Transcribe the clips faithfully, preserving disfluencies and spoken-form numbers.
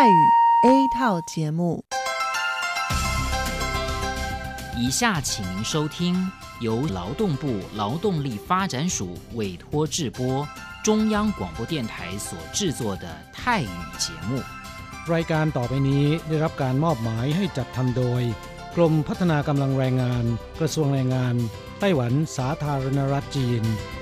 语 A 套节目。 以下请您收听由劳动部劳动力发展署委托制播中央广播电台所制作的泰语节目。 รายการต่อไปนี้ได้รับการมอบหมายให้จัดทำโดยกรมพัฒนากำลังแรงงานกระทรวงแรงงานไต้หวันสาธารณรัฐจีน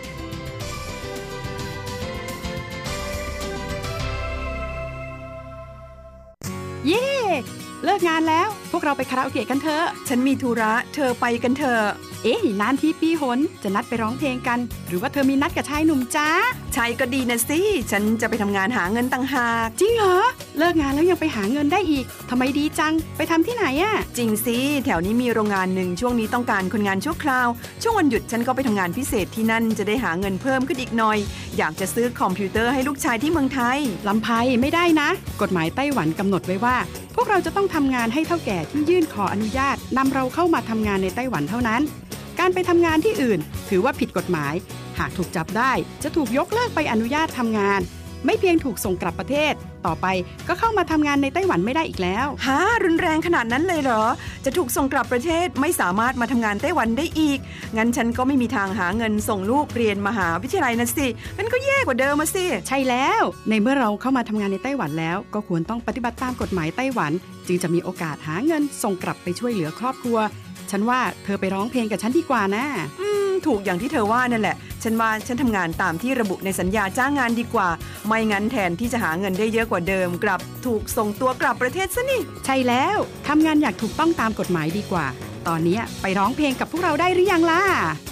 เย้เลิกงานแล้วพวกเราไปคาราโอเกะกันเถอะฉันมีธุระเธอไปกันเถอะเอ๊ะนานทีปีหนจะนัดไปร้องเพลงกันหรือว่าเธอมีนัดกับชายหนุ่มจ้าชายก็ดีนะสิฉันจะไปทำงานหาเงินต่างหากจริงเหรอเลิกงานแล้วยังไปหาเงินได้อีกทำไมดีจังไปทำที่ไหนอะจริงสิแถวนี้มีโรงงานหนึ่งช่วงนี้ต้องการคนงานชั่วคราวช่วงวันหยุดฉันก็ไปทำงานพิเศษที่นั่นจะได้หาเงินเพิ่มขึ้นอีกหน่อยอยากจะซื้อคอมพิวเตอร์ให้ลูกชายที่เมืองไทยลำไพไม่ได้นะกฎหมายไต้หวันกำหนดไว้ว่าพวกเราจะต้องทำงานให้เฒ่าแก่ที่ยื่นขออนุญาตนำเราเข้ามาทำงานในไต้หวันเท่านั้นการไปทำงานที่อื่นถือว่าผิดกฎหมายหากถูกจับได้จะถูกยกเลิกใบอนุญาตทำงานไม่เพียงถูกส่งกลับประเทศต่อไปก็เข้ามาทำงานในไต้หวันไม่ได้อีกแล้วฮะรุนแรงขนาดนั้นเลยเหรอจะถูกส่งกลับประเทศไม่สามารถมาทำงานไต้หวันได้อีกงั้นฉันก็ไม่มีทางหาเงินส่งลูกเรียนมหาวิทยาลัยนะสิงั้นก็แย่กว่าเดิมมาสิใช่แล้วในเมื่อเราเข้ามาทำงานในไต้หวันแล้วก็ควรต้องปฏิบัติตามกฎหมายไต้หวันจึงจะมีโอกาสหาเงินส่งกลับไปช่วยเหลือครอบครัวฉันว่าเธอไปร้องเพลงกับฉันดีกว่านะอืมถูกอย่างที่เธอว่านั่นแหละฉันว่าฉันทำงานตามที่ระบุในสัญญาจ้างงานดีกว่าไม่งั้นแทนที่จะหาเงินได้เยอะกว่าเดิมกลับถูกส่งตัวกลับประเทศซะนี่ใช่แล้วทำงานอย่างถูกต้องตามกฎหมายดีกว่าตอนนี้ไปร้องเพลงกับพวกเราได้หรือยังล่ะ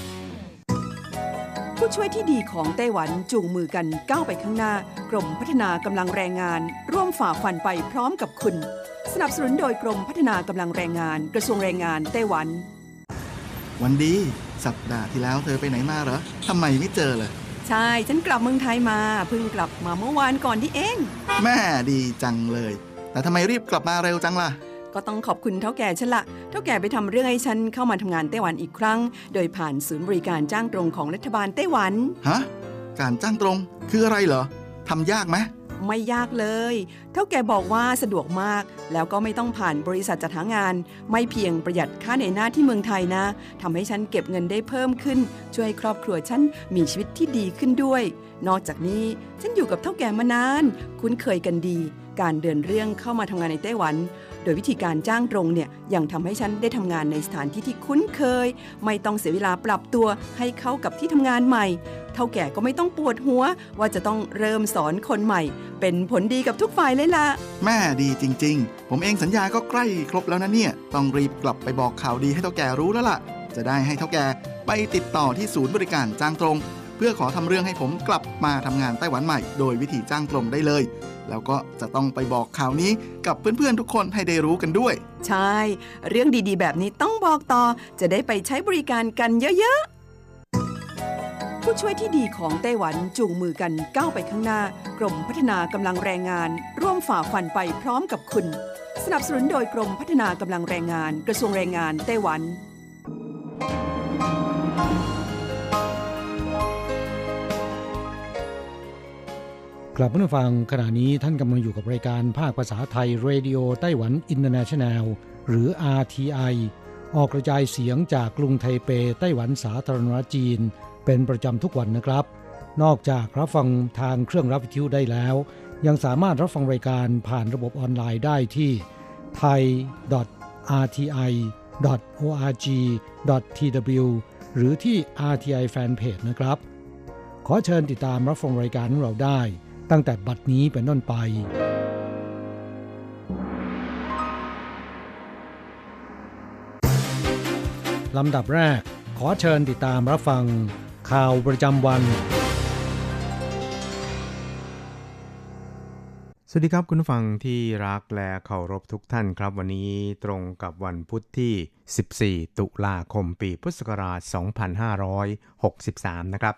ผู้ช่วยที่ดีของไต้หวันจูงมือกันก้าวไปข้างหน้ากรมพัฒนากำลังแรงงานร่วมฝ่าฟันไปพร้อมกับคุณสนับสนุนโดยกรมพัฒนากำลังแรงงานกระทรวงแรงงานไต้หวันวันดีสัปดาห์ที่แล้วเธอไปไหนมาเหรอทำไมไม่เจอเลยใช่ฉันกลับเมืองไทยมาเพิ่งกลับมาเมื่อวานก่อนที่เองแม่ดีจังเลยแต่ทำไมรีบกลับมาเร็วจังล่ะก็ต้องขอบคุณเฒ่าแก่ฉันละเฒ่าแก่ไปทำเรื่องให้ฉันเข้ามาทำงานไต้หวันอีกครั้งโดยผ่านศูนย์บริการจ้างตรงของรัฐบาลไต้หวันฮะการจ้างตรงคืออะไรเหรอทำยากไหมไม่ยากเลยเฒ่าแก่บอกว่าสะดวกมากแล้วก็ไม่ต้องผ่านบริษัทจัดหางานไม่เพียงประหยัดค่าเหนื่อยหน้าที่เมืองไทยนะทำให้ฉันเก็บเงินได้เพิ่มขึ้นช่วยครอบครัวฉันมีชีวิตที่ดีขึ้นด้วยนอกจากนี้ฉันอยู่กับเฒ่าแก่มานานคุ้นเคยกันดีการเดินเรื่องเข้ามาทำงานในไต้หวันโดยวิธีการจ้างตรงเนี่ยยังทำให้ฉันได้ทำงานในสถานที่ที่คุ้นเคยไม่ต้องเสียเวลาปรับตัวให้เข้ากับที่ทำงานใหม่เฒ่าแก่ก็ไม่ต้องปวดหัวว่าจะต้องเริ่มสอนคนใหม่เป็นผลดีกับทุกฝ่ายเลยล่ะแม่ดีจริงๆผมเองสัญญาก็ใกล้ครบแล้วนะเนี่ยต้องรีบกลับไปบอกข่าวดีให้เฒ่าแก่รู้แล้วล่ะจะได้ให้เฒ่าแก่ไปติดต่อที่ศูนย์บริการจ้างตรงเพื่อขอทำเรื่องให้ผมกลับมาทำงานไต้หวันใหม่โดยวิธีจ้างตรงได้เลยแล้วก็จะต้องไปบอกข่าวนี้กับเพื่อนๆทุกคนให้ได้รู้กันด้วยใช่เรื่องดีๆแบบนี้ต้องบอกต่อจะได้ไปใช้บริการกันเยอะๆผู้ช่วยที่ดีของไต้หวันจูงมือกันก้าวไปข้างหน้ากรมพัฒนากำลังแรงงานร่วมฝ่าฟันไปพร้อมกับคุณสนับสนุนโดยกรมพัฒนากำลังแรงงานกระทรวงแรงงานไต้หวันกลับมาฟังขณะนี้ท่านกำลังอยู่กับรายการภาคภาษาไทย Radio ไต้หวัน International หรือ อาร์ ที ไอ ออกกระจายเสียงจากกรุงไทเปไต้หวันสาธารณรัฐจีนเป็นประจำทุกวันนะครับนอกจากรับฟังทางเครื่องรับวิทยุได้แล้วยังสามารถรับฟังรายการผ่านระบบออนไลน์ได้ที่ ไทย ดอท อาร์ ที ไอ ดอท โอ อาร์ จี ดอท ที ดับเบิลยู หรือที่ อาร์ ที ไอ Fanpage นะครับขอเชิญติดตามรับฟังรายการของเราได้ตั้งแต่บัดนี้เป็นต้นไปลำดับแรกขอเชิญติดตามรับฟังข่าวประจำวันสวัสดีครับคุณผู้ฟังที่รักและเคารพทุกท่านครับวันนี้ตรงกับวันพุธที่สิบสี่ตุลาคมปีพุทธศักราชสองพันห้าร้อยหกสิบสามนะครับ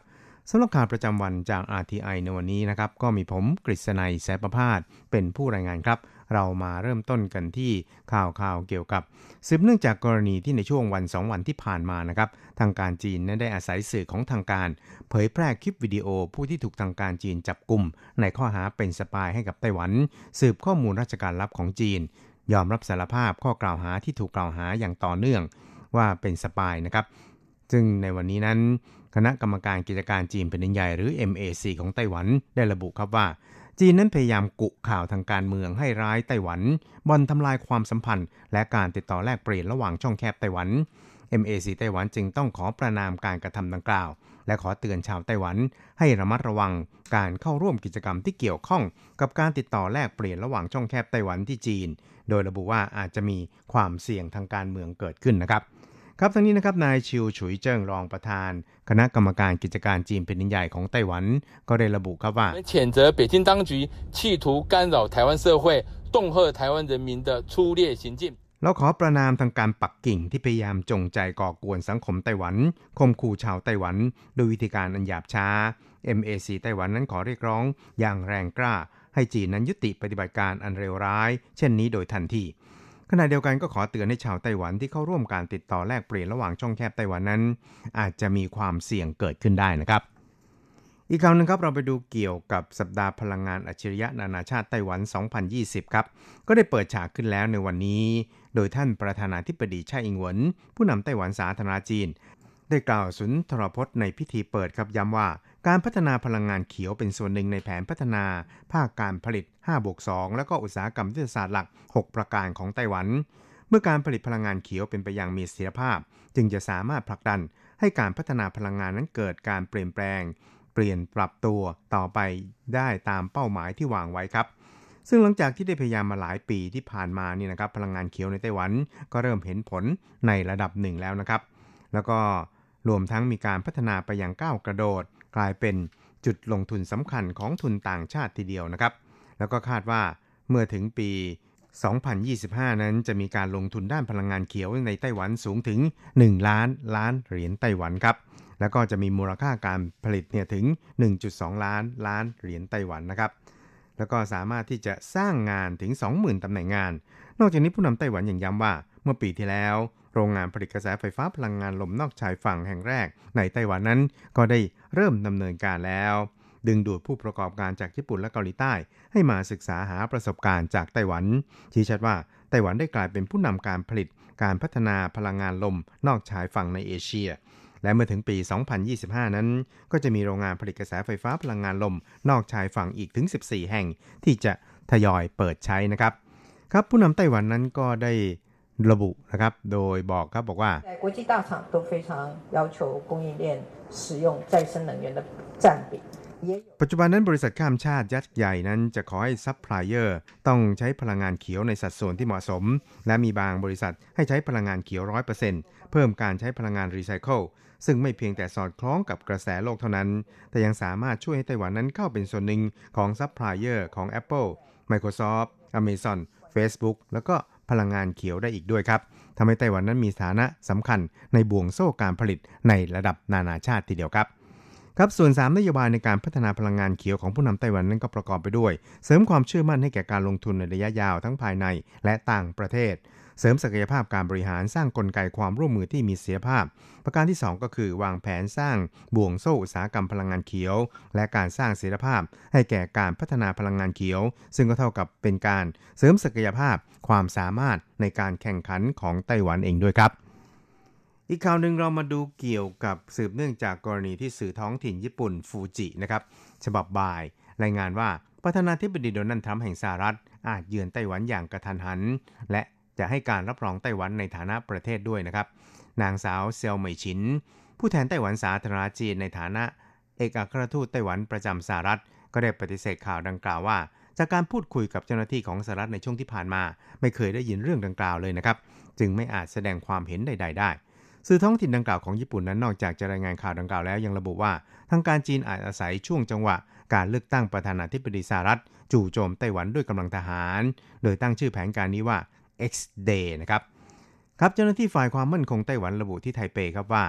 สำหรับข่าวประจำวันจาก อาร์ ที ไอ ในวันนี้นะครับก็มีผมกฤษณัยแสนประภาสเป็นผู้รายงานครับเรามาเริ่มต้นกันที่ข่าวข่าวเกี่ยวกับสืบเนื่องจากกรณีที่ในช่วงวันสองวันที่ผ่านมานะครับทางการจีนนั้นได้อาศัยสื่อของทางการเผยแพร่คลิปวิดีโอผู้ที่ถูกทางการจีนจับกุมในข้อหาเป็นสปายให้กับไต้หวันสืบข้อมูลราชการลับของจีนยอมรับสารภาพข้อกล่าวหาที่ถูกกล่าวหาอย่างต่อเนื่องว่าเป็นสปายนะครับซึ่งในวันนี้นั้นคณะกรรมการกิจการจีนแผ่นดินใหญ่หรือ เอ็ม เอ ซี ของไต้หวันได้ระบุครับว่าจีนนั้นพยายามกุข่าวทางการเมืองให้ร้ายไต้หวันบ่อนทำลายความสัมพันธ์และการติดต่อแลกเปลี่ยนระหว่างช่องแคบไต้หวัน เอ็ม เอ ซี ไต้หวันจึงต้องขอประณามการกระทำดังกล่าวและขอเตือนชาวไต้หวันให้ระมัดระวังการเข้าร่วมกิจกรรมที่เกี่ยวข้องกับการติดต่อแลกเปลี่ยนระหว่างช่องแคบไต้หวันที่จีนโดยระบุว่าอาจจะมีความเสี่ยงทางการเมืองเกิดขึ้นนะครับครับทั้งนี้นะครับนายชิวฉุยเจิ้งรองประธานคณะกรรมการกิจการจีนแผ่นดินใหญ่ของไต้หวันก็ได้ระบุครับว่า谴责北京当局企图干扰台湾社会恫吓台湾人民的粗劣行径เราขอประณามทางการปักกิ่งที่พยายามจงใจก่อกวนสังคมไต้หวันข่มขู่ชาวไต้หวันโดยวิธีการอันหยาบช้า เอ็ม เอ ซี ไต้หวันนั้นขอเรียกร้องอย่างแรงกล้าให้จีนนั้นยุติปฏิบัติการอันเลวร้ายเช่นนี้โดยทันทีขณะเดียวกันก็ขอเตือนให้ชาวไต้หวันที่เข้าร่วมการติดต่อแลกเปลี่ยนระหว่างช่องแคบไต้หวันนั้นอาจจะมีความเสี่ยงเกิดขึ้นได้นะครับอีกคราวนึงครับเราไปดูเกี่ยวกับสัปดาห์พลังงานอัจฉริยะนานาชาติไต้หวันสองพันยี่สิบครับก็ได้เปิดฉากขึ้นแล้วในวันนี้โดยท่านประธานาธิบดีไช่อิงเหวินผู้นำไต้หวันสาธารณจีนได้กล่าวสุนทรพจน์ในพิธีเปิดครับย้ำว่าการพัฒนาพลังงานเขียวเป็นส่วนหนึ่งในแผนพัฒนาภาคการผลิต ห้าบวกสอง แล้วก็อุตสาหกรรมยุทธศาสตร์หลักหกประการของไต้หวันเมื่อการผลิตพลังงานเขียวเป็นไปอย่างมีเสถียรภาพจึงจะสามารถผลักดันให้การพัฒนาพลังงานนั้นเกิดการเปลี่ยนแปลงเปลี่ยนปรับตัวต่อไปได้ตามเป้าหมายที่วางไว้ครับซึ่งหลังจากที่ได้พยายามมาหลายปีที่ผ่านมานี่นะครับพลังงานเขียวในไต้หวันก็เริ่มเห็นผลในระดับหนึ่งแล้วนะครับแล้วก็รวมทั้งมีการพัฒนาไปอย่างก้าวกระโดดกลายเป็นจุดลงทุนสำคัญของทุนต่างชาติทีเดียวนะครับแล้วก็คาดว่าเมื่อถึงปีสองพันยี่สิบห้านั้นจะมีการลงทุนด้านพลังงานเขียวในไต้หวันสูงถึงหนึ่งล้านล้านเหรียญไต้หวันครับแล้วก็จะมีมูลค่าการผลิตเนี่ยถึง หนึ่งจุดสองล้านล้านเหรียญไต้หวันนะครับแล้วก็สามารถที่จะสร้างงานถึง สองหมื่น ตำแหน่งงานนอกจากนี้ผู้นำไต้หวันยังย้ำว่าเมื่อปีที่แล้วโรงงานผลิตกระแสไฟฟ้าพลังงานลมนอกชายฝั่งแห่งแรกในไต้หวันนั้นก็ได้เริ่มดำเนินการแล้วดึงดูดผู้ประกอบการจากญี่ปุ่นและเกาหลีใต้ให้มาศึกษาหาประสบการณ์จากไต้หวันชี้ชัดว่าไต้หวันได้กลายเป็นผู้นำการผลิตการพัฒนาพลังงานลมนอกชายฝั่งในเอเชียและเมื่อถึงปีสองพันยี่สิบห้านั้นก็จะมีโรงงานผลิตกระแสไฟฟ้าพลังงานลมนอกชายฝั่งอีกถึงสิบสี่แห่งที่จะทยอยเปิดใช้นะครับครับผู้นำไต้หวันนั้นก็ได้ระบุนะครับโดยบอกครับบอกว่า国际大厂都非常要求供应链使用再生能源的占比ปัจจุบันนั้นบริษัทข้ามชาติยักษ์ใหญ่นั้นจะขอให้ซัพพลายเออร์ต้องใช้พลังงานเขียวในสัดส่วนที่เหมาะสมและมีบางบริษัทให้ใช้พลังงานเขียว ร้อยเปอร์เซ็นต์ เพิ่มการใช้พลังงานรีไซเคิลซึ่งไม่เพียงแต่สอดคล้องกับกระแสโลกเท่านั้นแต่ยังสามารถช่วยให้ไต้หวันนั้นเข้าเป็นส่วนหนึ่งของซัพพลายเออร์ของ Apple Microsoft Amazon Facebook แล้วก็พลังงานเขียวได้อีกด้วยครับทำให้ไต้หวันนั้นมีฐานะสำคัญในบ่วงโซ่การผลิตในระดับนานาชาติทีเดียวครับครับส่วนสามนโยบายในการพัฒนาพลังงานเขียวของผู้นำไต้หวันนั้นก็ประกอบไปด้วยเสริมความเชื่อมั่นให้แก่การลงทุนในระยะยาวทั้งภายในและต่างประเทศเสริมศักยภาพการบริหารสร้างกลไกความร่วมมือที่มีเสถียรภาพประการที่สองก็คือวางแผนสร้างบ่วงโซ่อุตสาหกรรมพลังงานเขียวและการสร้างเสถียรภาพให้แก่การพัฒนาพลังงานเขียวซึ่งก็เท่ากับเป็นการเสริมศักยภาพความสามารถในการแข่งขันของไต้หวันเองด้วยครับอีกข่าวหนึ่งเรามาดูเกี่ยวกับสืบเนื่องจากกรณีที่สื่อท้องถิ่นญี่ปุ่นฟูจินะครับฉบับบ่ายรายงานว่าประธานาธิบดีโดนัลด์ทรัมป์แห่งสหรัฐอาจเยือนไต้หวันอย่างกระทันหันและจะให้การรับรองไต้หวันในฐานะประเทศด้วยนะครับนางสาวเซียวเหมยฉินผู้แทนไต้หวันสาธารณจีนในฐานะเอกอัครทูตไต้หวันประจำสหรัฐก็ได้ปฏิเสธข่าวดังกล่าวว่าจากการพูดคุยกับเจ้าหน้าที่ของสหรัฐในช่วงที่ผ่านมาไม่เคยได้ยินเรื่องดังกล่าวเลยนะครับจึงไม่อาจแสดงความเห็นใดๆได้สื่อท้องถิ่นดังกล่าวของญี่ปุ่นนั้นนอกจากจะรายงานข่าวดังกล่าวแล้วยังระบุว่าทางการจีนอาจอาศัยช่วงจังหวะการเลือกตั้งประธานาธิบดีสหรัฐจู่โจมไต้หวันด้วยกำลังทหารโดยตั้งชื่อแผนการนี้ว่า X-Day นะครับครับเจ้าหน้าที่ฝ่ายความมั่นคงไต้หวันระบุที่ไทเปครับว่า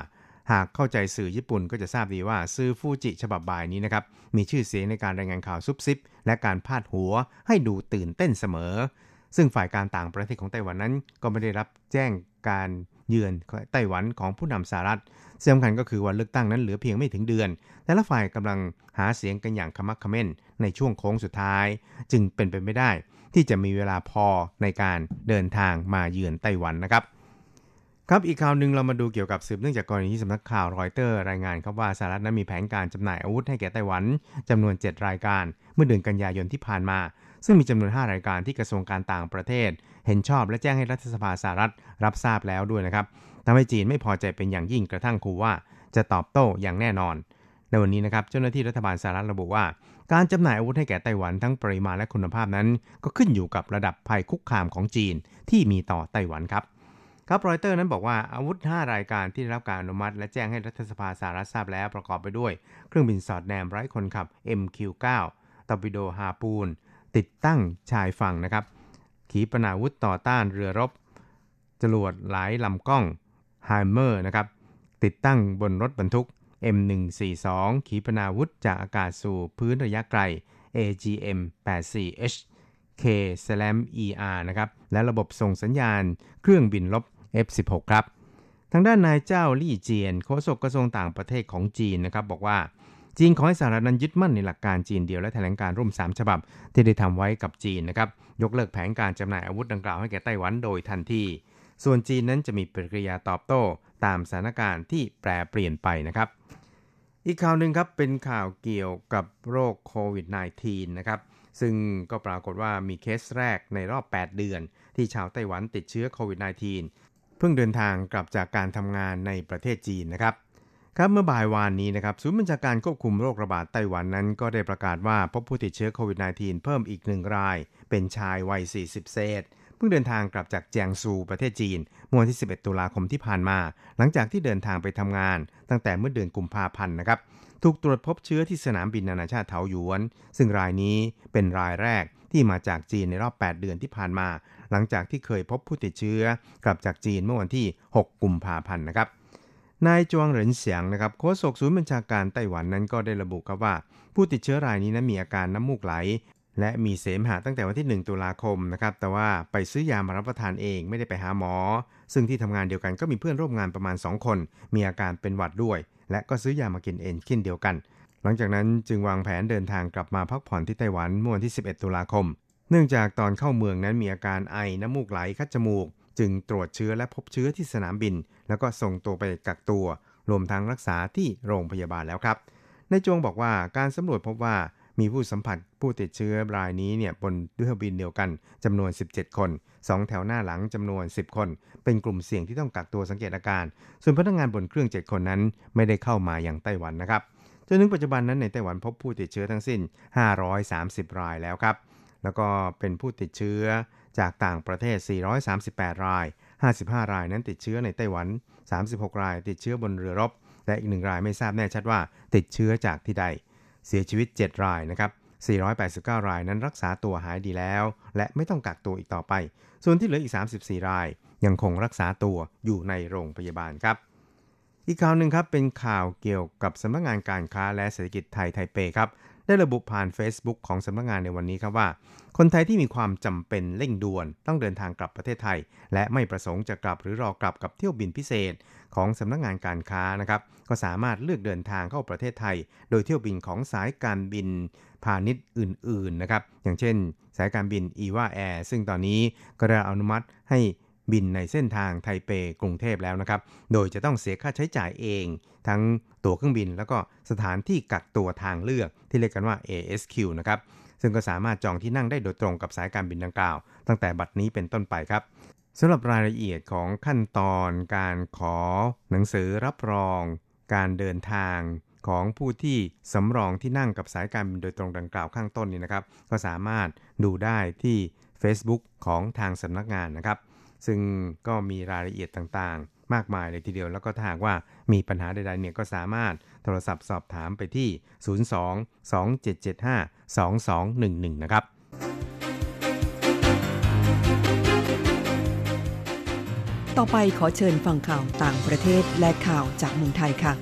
หากเข้าใจสื่อญี่ปุ่นก็จะทราบดีว่าสื่อฟูจิฉบับบ่ายนี้นะครับมีชื่อเสียงในการรายงานข่าวซุบซิบและการพาดหัวให้ดูตื่นเต้นเสมอซึ่งฝ่ายการต่างประเทศของไต้หวันนั้นก็ไม่ได้รับแจ้งการเยือนไต้หวันของผู้นำสหรัฐสำคัญก็คือวันเลือกตั้งนั้นเหลือเพียงไม่ถึงเดือนแต่ละฝ่ายกำลังหาเสียงกันอย่างขมักเขม้นในช่วงโค้งสุดท้ายจึงเป็นไปไม่ได้ที่จะมีเวลาพอในการเดินทางมาเยือนไต้หวันนะครับครับอีกข่าวหนึ่งเรามาดูเกี่ยวกับสืบเนื่องจากกรณีที่สำนักข่าวรอยเตอร์รายงานครับว่าสหรัฐนั้นมีแผนการจำหน่ายอาวุธให้แก่ไต้หวันจำนวนเจ็ดรายการเมื่อเดือนกันยายนที่ผ่านมาซึ่งมีจำนวนห้ารายการที่กระทรวงการต่างประเทศเห็นชอบและแจ้งให้รัฐสภาสหรัฐรับทราบแล้วด้วยนะครับทำให้จีนไม่พอใจเป็นอย่างยิ่งกระทั่งขู่ว่าจะตอบโต้อย่างแน่นอนในวันนี้นะครับเจ้าหน้าที่รัฐบาลสหรัฐระบุว่าการจำหน่ายอาวุธให้แก่ไต้หวันทั้งปริมาณและคุณภาพนั้นก็ขึ้นอยู่กับระดับภัยคุกคามของจีนที่มีต่อไต้หวันครับครับรอยเตอร์นั้นบอกว่าอาวุธห้ารายการที่ได้รับการอนุมัติและแจ้งให้รัฐสภาสหรัฐทราบแล้วประกอบไปด้วยเครื่องบินสอดแนมไร้คนขับ เอ็ม คิว เก้า ตอร์ปิโดฮาปูนติดตั้งชายฝั่งนะครับขีปนาวุธต่อต้านเรือรบจรวดหลายลำกล้องไฮเมอร์นะครับติดตั้งบนรถบรรทุก เอ็ม หนึ่งสี่สอง ขีปนาวุธจากอากาศสู่พื้นระยะไกล เอ จี เอ็ม แปดสิบสี่ เอช เค อี อาร์ นะครับและระบบส่งสัญญาณเครื่องบินรบ เอฟ สิบหก ครับทางด้านนายเจ้าลี่เจียนโฆษกกระทรวงต่างประเทศของจีนนะครับบอกว่าจีนขอให้สหรัฐนั้นยึดมั่นในหลักการจีนเดียวและแถลงการร่วมสามฉบับที่ได้ทำไว้กับจีนนะครับยกเลิกแผนการจำหน่ายอาวุธดังกล่าวให้แก่ไต้หวันโดยทันทีส่วนจีนนั้นจะมีปฏิกิริยาตอบโต้ตามสถานการณ์ที่แปรเปลี่ยนไปนะครับอีกข่าวหนึ่งครับเป็นข่าวเกี่ยวกับโรคโควิด สิบเก้า นะครับซึ่งก็ปรากฏว่ามีเคสแรกในรอบแปดเดือนที่ชาวไต้หวันติดเชื้อโควิด สิบเก้า เพิ่งเดินทางกลับจากการทำงานในประเทศจีนนะครับครับเมื่อบ่ายวานนี้นะครับศูนย์บัญชาการควบคุมโรคระบาดไต้หวันนั้นก็ได้ประกาศว่าพบผู้ติดเชื้อโควิด สิบเก้า เพิ่มอีกหนึ่งรายเป็นชายวัยสี่สิบเศษเพิ่งเดินทางกลับจากแจงซูประเทศจีนเมื่อวันที่สิบเอ็ดตุลาคมที่ผ่านมาหลังจากที่เดินทางไปทำงานตั้งแต่เมื่อเดือนกุมภาพันธ์นะครับถูกตรวจพบเชื้อที่สนามบินนานาชาติเถาหยวนซึ่งรายนี้เป็นรายแรกที่มาจากจีนในรอบแปดเดือนที่ผ่านมาหลังจากที่เคยพบผู้ติดเชื้อกลับจากจีนเมื่อวันที่หกกุมภาพันธ์นะครับนายจวงเหรินเสียงนะครับโฆษกศูนย์บัญชาการไต้หวันนั้นก็ได้ระบุครับว่าผู้ติดเชื้อรายนี้นั้นมีอาการน้ำมูกไหลและมีเสมหะตั้งแต่วันที่หนึ่งตุลาคมนะครับแต่ว่าไปซื้อยามารับประทานเองไม่ได้ไปหาหมอซึ่งที่ทำงานเดียวกันก็มีเพื่อนร่วมงานประมาณสองคนมีอาการเป็นหวัดด้วยและก็ซื้อยามากินเองเช่นเดียวกันหลังจากนั้นจึงวางแผนเดินทางกลับมาพักผ่อนที่ไต้หวันเมื่อวันที่สิบเอ็ดตุลาคมเนื่องจากตอนเข้าเมืองนั้นมีอาการไอน้ำมูกไหลคัดจมูกจึงตรวจเชื้อและพบเชื้อที่สนามบินแล้วก็ส่งตัวไปกักตัวรวมทั้งรักษาที่โรงพยาบาลแล้วครับนายจวงบอกว่าการสำรวจพบว่ามีผู้สัมผัสผู้ติดเชื้อรายนี้เนี่ยบนเรือบินเดียวกันจำนวนสิบเจ็ดคนสองแถวหน้าหลังจำนวนสิบคนเป็นกลุ่มเสี่ยงที่ต้องกักตัวสังเกตอาการส่วนพนักงานบนเครื่องเจ็ดคนนั้นไม่ได้เข้ามาอย่างไต้หวันนะครับจนถึงปัจจุบันนั้นในไต้หวันพบผู้ติดเชื้อทั้งสิ้นห้าร้อยสามสิบรายแล้วครับแล้วก็เป็นผู้ติดเชื้อจากต่างประเทศสี่ร้อยสามสิบแปดรายห้าสิบห้ารายนั้นติดเชื้อในไต้หวันสามสิบหกรายติดเชื้อบนเรือรบและอีกหนึ่งรายไม่ทราบแน่ชัดว่าติดเชื้อจากที่ใดเสียชีวิตเจ็ดรายนะครับสี่ร้อยแปดสิบเก้ารายนั้นรักษาตัวหายดีแล้วและไม่ต้องกักตัวอีกต่อไปส่วนที่เหลืออีกสามสิบสี่รายยังคงรักษาตัวอยู่ในโรงพยาบาลครับอีกข่าวหนึ่งครับเป็นข่าวเกี่ยวกับสำนักงานการค้าและเศรษฐกิจไทยไทเปครับได้ระบุผ่าน Facebook ของสำนักงานในวันนี้ครับว่าคนไทยที่มีความจำเป็นเร่งด่วนต้องเดินทางกลับประเทศไทยและไม่ประสงค์จะกลับหรือรอกลับกับเที่ยวบินพิเศษของสำนักงานการค้านะครับก็สามารถเลือกเดินทางเข้าประเทศไทยโดยเที่ยวบินของสายการบินพาณิชย์อื่นๆนะครับอย่างเช่นสายการบินอีวาแอร์ซึ่งตอนนี้ก็ได้อนุมัติให้บินในเส้นทางไทเปกรุงเทพแล้วนะครับโดยจะต้องเสียค่าใช้จ่ายเองทั้งตั๋วเครื่องบินแล้วก็สถานที่กักตัวทางเลือกที่เรียกกันว่า เอ เอส คิว นะครับซึ่งก็สามารถจองที่นั่งได้โดยตรงกับสายการบินดังกล่าวตั้งแต่บัดนี้เป็นต้นไปครับสำหรับรายละเอียดของขั้นตอนการขอหนังสือรับรองการเดินทางของผู้ที่สำรองที่นั่งกับสายการบินโดยตรงดังกล่าวข้างต้นนี้นะครับก็สามารถดูได้ที่ Facebook ของทางสำนักงานนะครับซึ่งก็มีรายละเอียดต่างๆมากมายเลยทีเดียวแล้วก็ถ้าหากว่ามีปัญหาใดๆเนี่ยก็สามารถโทรศัพท์สอบถามไปที่ศูนย์ สอง สอง เจ็ด เจ็ด ห้า สอง สอง หนึ่ง หนึ่งนะครับต่อไปขอเชิญฟังข่าวต่างประเทศและข่าวจากเมืองไทยค่ะ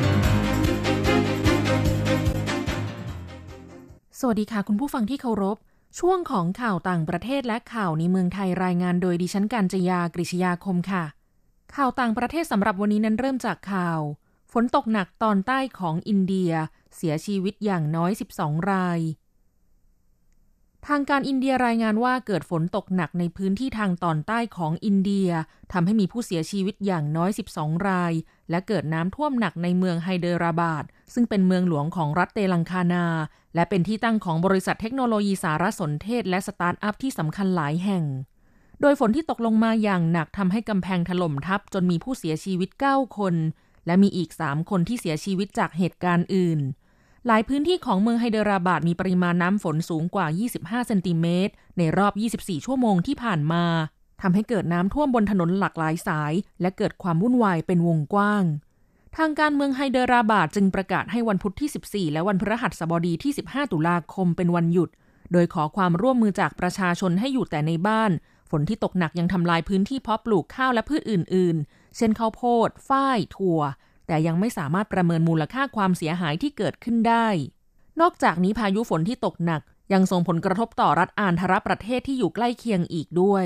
สวัสดีค่ะคุณผู้ฟังที่เคารพช่วงของข่าวต่างประเทศและข่าวในเมืองไทยรายงานโดยดิฉันกัญจยากฤษยาคมค่ะข่าวต่างประเทศสำหรับวันนี้นั้นเริ่มจากข่าวฝนตกหนักตอนใต้ของอินเดียเสียชีวิตอย่างน้อยสิบสองรายทางการอินเดียรายงานว่าเกิดฝนตกหนักในพื้นที่ทางตอนใต้ของอินเดียทำให้มีผู้เสียชีวิตอย่างน้อยสิบสองรายและเกิดน้ำท่วมหนักในเมืองไฮเดราบาดซึ่งเป็นเมืองหลวงของรัฐเตลังกานาและเป็นที่ตั้งของบริษัทเทคโนโลยีสารสนเทศและสตาร์ทอัพที่สำคัญหลายแห่งโดยฝนที่ตกลงมาอย่างหนักทำให้กำแพงถล่มทับจนมีผู้เสียชีวิตเก้าคนและมีอีกสามคนที่เสียชีวิตจากเหตุการณ์อื่นหลายพื้นที่ของเมืองไฮเดราบาดมีปริมาณน้ำฝนสูงกว่ายี่สิบห้าเซนติเมตรในรอบยี่สิบสี่ชั่วโมงที่ผ่านมาทำให้เกิดน้ำท่วมบนถนนหลากหลายสายและเกิดความวุ่นวายเป็นวงกว้างทางการเมืองไฮเดราบาดจึงประกาศให้วันพุธที่สิบสี่และวันพฤหัสบดีที่สิบห้าตุลาคมเป็นวันหยุดโดยขอความร่วมมือจากประชาชนให้อยู่แต่ในบ้านฝนที่ตกหนักยังทำลายพื้นที่เพาะปลูกข้าวและพืชอื่นๆเช่นข้าวโพดฝ้ายถั่วแต่ยังไม่สามารถประเมินมูลค่าความเสียหายที่เกิดขึ้นได้นอกจากนี้พายุฝนที่ตกหนักยังส่งผลกระทบต่อรัฐอานธรประเทศที่อยู่ใกล้เคียงอีกด้วย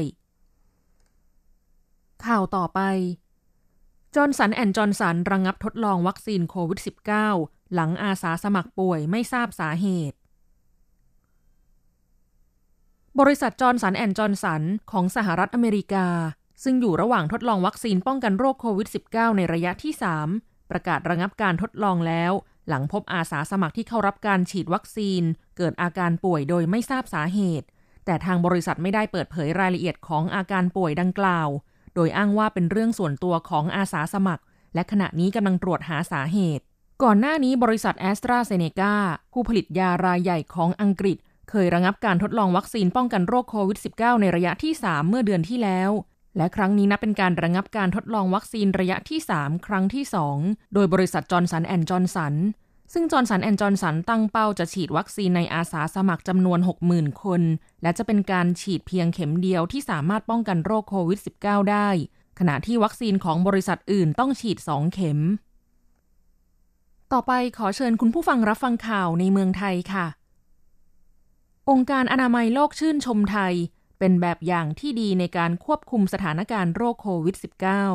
ข่าวต่อไปจอห์นสันแอนด์จอห์นสันระงับทดลองวัคซีนโควิด สิบเก้า หลังอาสาสมัครป่วยไม่ทราบสาเหตุบริษัทจอห์นสันแอนด์จอห์นสันของสหรัฐอเมริกาซึ่งอยู่ระหว่างทดลองวัคซีนป้องกันโรคโควิด สิบเก้า ในระยะที่สามประกาศระงับการทดลองแล้วหลังพบอาสาสมัครที่เข้ารับการฉีดวัคซีนเกิดอาการป่วยโดยไม่ทราบสาเหตุแต่ทางบริษัทไม่ได้เปิดเผยรายละเอียดของอาการป่วยดังกล่าวโดยอ้างว่าเป็นเรื่องส่วนตัวของอาสาสมัครและขณะนี้กำลังตรวจหาสาเหตุก่อนหน้านี้บริษัทแอสตราเซเนกาผู้ผลิตยารายใหญ่ของอังกฤษเคยระงับการทดลองวัคซีนป้องกันโรคโควิด สิบเก้า ในระยะที่สามเมื่อเดือนที่แล้วและครั้งนี้นับเป็นการระงับการทดลองวัคซีนระยะที่สามครั้งที่สองโดยบริษัทจอห์นสันแอนด์จอห์นสันซึ่งจอห์นสันแอนด์จอห์นสันตั้งเป้าจะฉีดวัคซีนในอาสาสมัครจำนวน หกหมื่น คนและจะเป็นการฉีดเพียงเข็มเดียวที่สามารถป้องกันโรคโควิด สิบเก้า ได้ขณะที่วัคซีนของบริษัทอื่นต้องฉีดสองเข็มต่อไปขอเชิญคุณผู้ฟังรับฟังข่าวในเมืองไทยค่ะองค์การอนามัยโลกชื่นชมไทยเป็นแบบอย่างที่ดีในการควบคุมสถานการณ์โรคโควิด สิบเก้า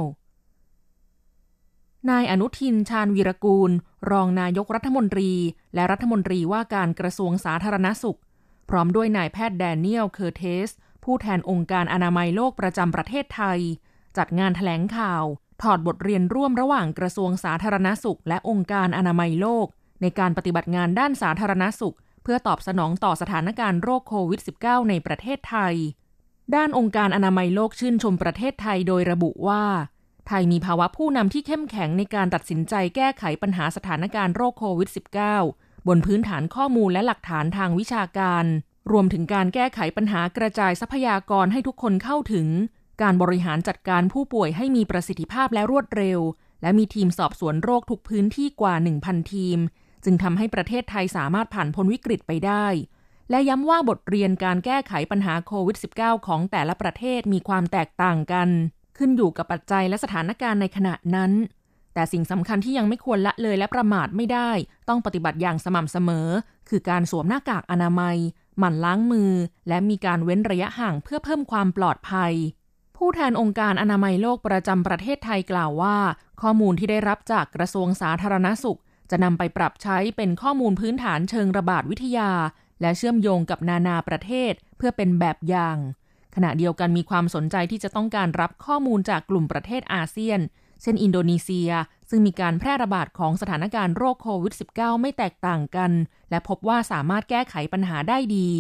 นายอนุทินชาญวีรกูลรองนายกรัฐมนตรีและรัฐมนตรีว่าการกระทรวงสาธารณสุขพร้อมด้วยนายแพทย์แดเนียลเคอร์เทสผู้แทนองค์การอนามัยโลกประจำประเทศไทยจัดงานแถลงข่าวถอดบทเรียนร่วมระหว่างกระทรวงสาธารณสุขและองค์การอนามัยโลกในการปฏิบัติงานด้านสาธารณสุขเพื่อตอบสนองต่อสถานการณ์โรคโควิด สิบเก้า ในประเทศไทยด้านองค์การอนามัยโลกชื่นชมประเทศไทยโดยระบุว่าไทยมีภาวะผู้นำที่เข้มแข็งในการตัดสินใจแก้ไขปัญหาสถานการณ์โรคโควิด สิบเก้า บนพื้นฐานข้อมูลและหลักฐานทางวิชาการรวมถึงการแก้ไขปัญหากระจายทรัพยากรให้ทุกคนเข้าถึงการบริหารจัดการผู้ป่วยให้มีประสิทธิภาพและรวดเร็วและมีทีมสอบสวนโรคทุกพื้นที่กว่า หนึ่งพัน ทีมจึงทำให้ประเทศไทยสามารถผ่านพ้นวิกฤตไปได้และย้ำว่าบทเรียนการแก้ไขปัญหาโควิด สิบเก้า ของแต่ละประเทศมีความแตกต่างกันขึ้นอยู่กับปัจจัยและสถานการณ์ในขณะนั้นแต่สิ่งสำคัญที่ยังไม่ควรละเลยและประมาทไม่ได้ต้องปฏิบัติอย่างสม่ำเสมอคือการสวมหน้ากากอนามัยหมั่นล้างมือและมีการเว้นระยะห่างเพื่อเพิ่มความปลอดภัยผู้แทนองค์การอนามัยโลกประจำประเทศไทยกล่าวว่าข้อมูลที่ได้รับจากกระทรวงสาธารณสุขจะนำไปปรับใช้เป็นข้อมูลพื้นฐานเชิงระบาดวิทยาและเชื่อมโยงกับนานาประเทศเพื่อเป็นแบบอย่างขณะเดียวกันมีความสนใจที่จะต้องการรับข้อมูลจากกลุ่มประเทศอาเซียนเช่นอินโดนีเซียซึ่งมีการแพร่ระบาดของสถานการณ์โรคโควิด สิบเก้า ไม่แตกต่างกันและพบว่าสามารถแก้ไขปัญหาได้ดี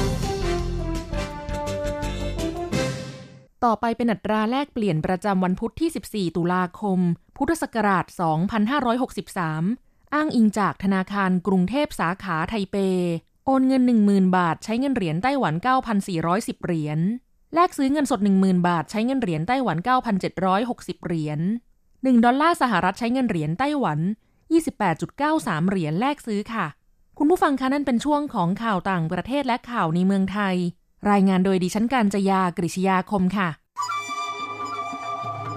ต่อไปเป็นอัตราแลกเปลี่ยนประจำวันพุธที่สิบสี่ตุลาคมพุทธศักราชสองพันห้าร้อยหกสิบสามอ้างอิงจากธนาคารกรุงเทพสาขาไทเปโอนเงิน หนึ่งหมื่น บาทใช้เงินเหรียญไต้หวัน เก้าพันสี่ร้อยสิบ เหรียญแลกซื้อเงินสด หนึ่งหมื่น บาทใช้เงินเหรียญไต้หวัน เก้าพันเจ็ดร้อยหกสิบ เหรียญหนึ่งดอลลาร์สหรัฐใช้เงินเหรียญไต้หวัน ยี่สิบแปดจุดเก้าสาม เหรียญแลกซื้อค่ะคุณผู้ฟังคะนั่นเป็นช่วงของข่าวต่างประเทศและข่าวในเมืองไทยรายงานโดยดิฉันกัญจยากฤษยาคมค่ะ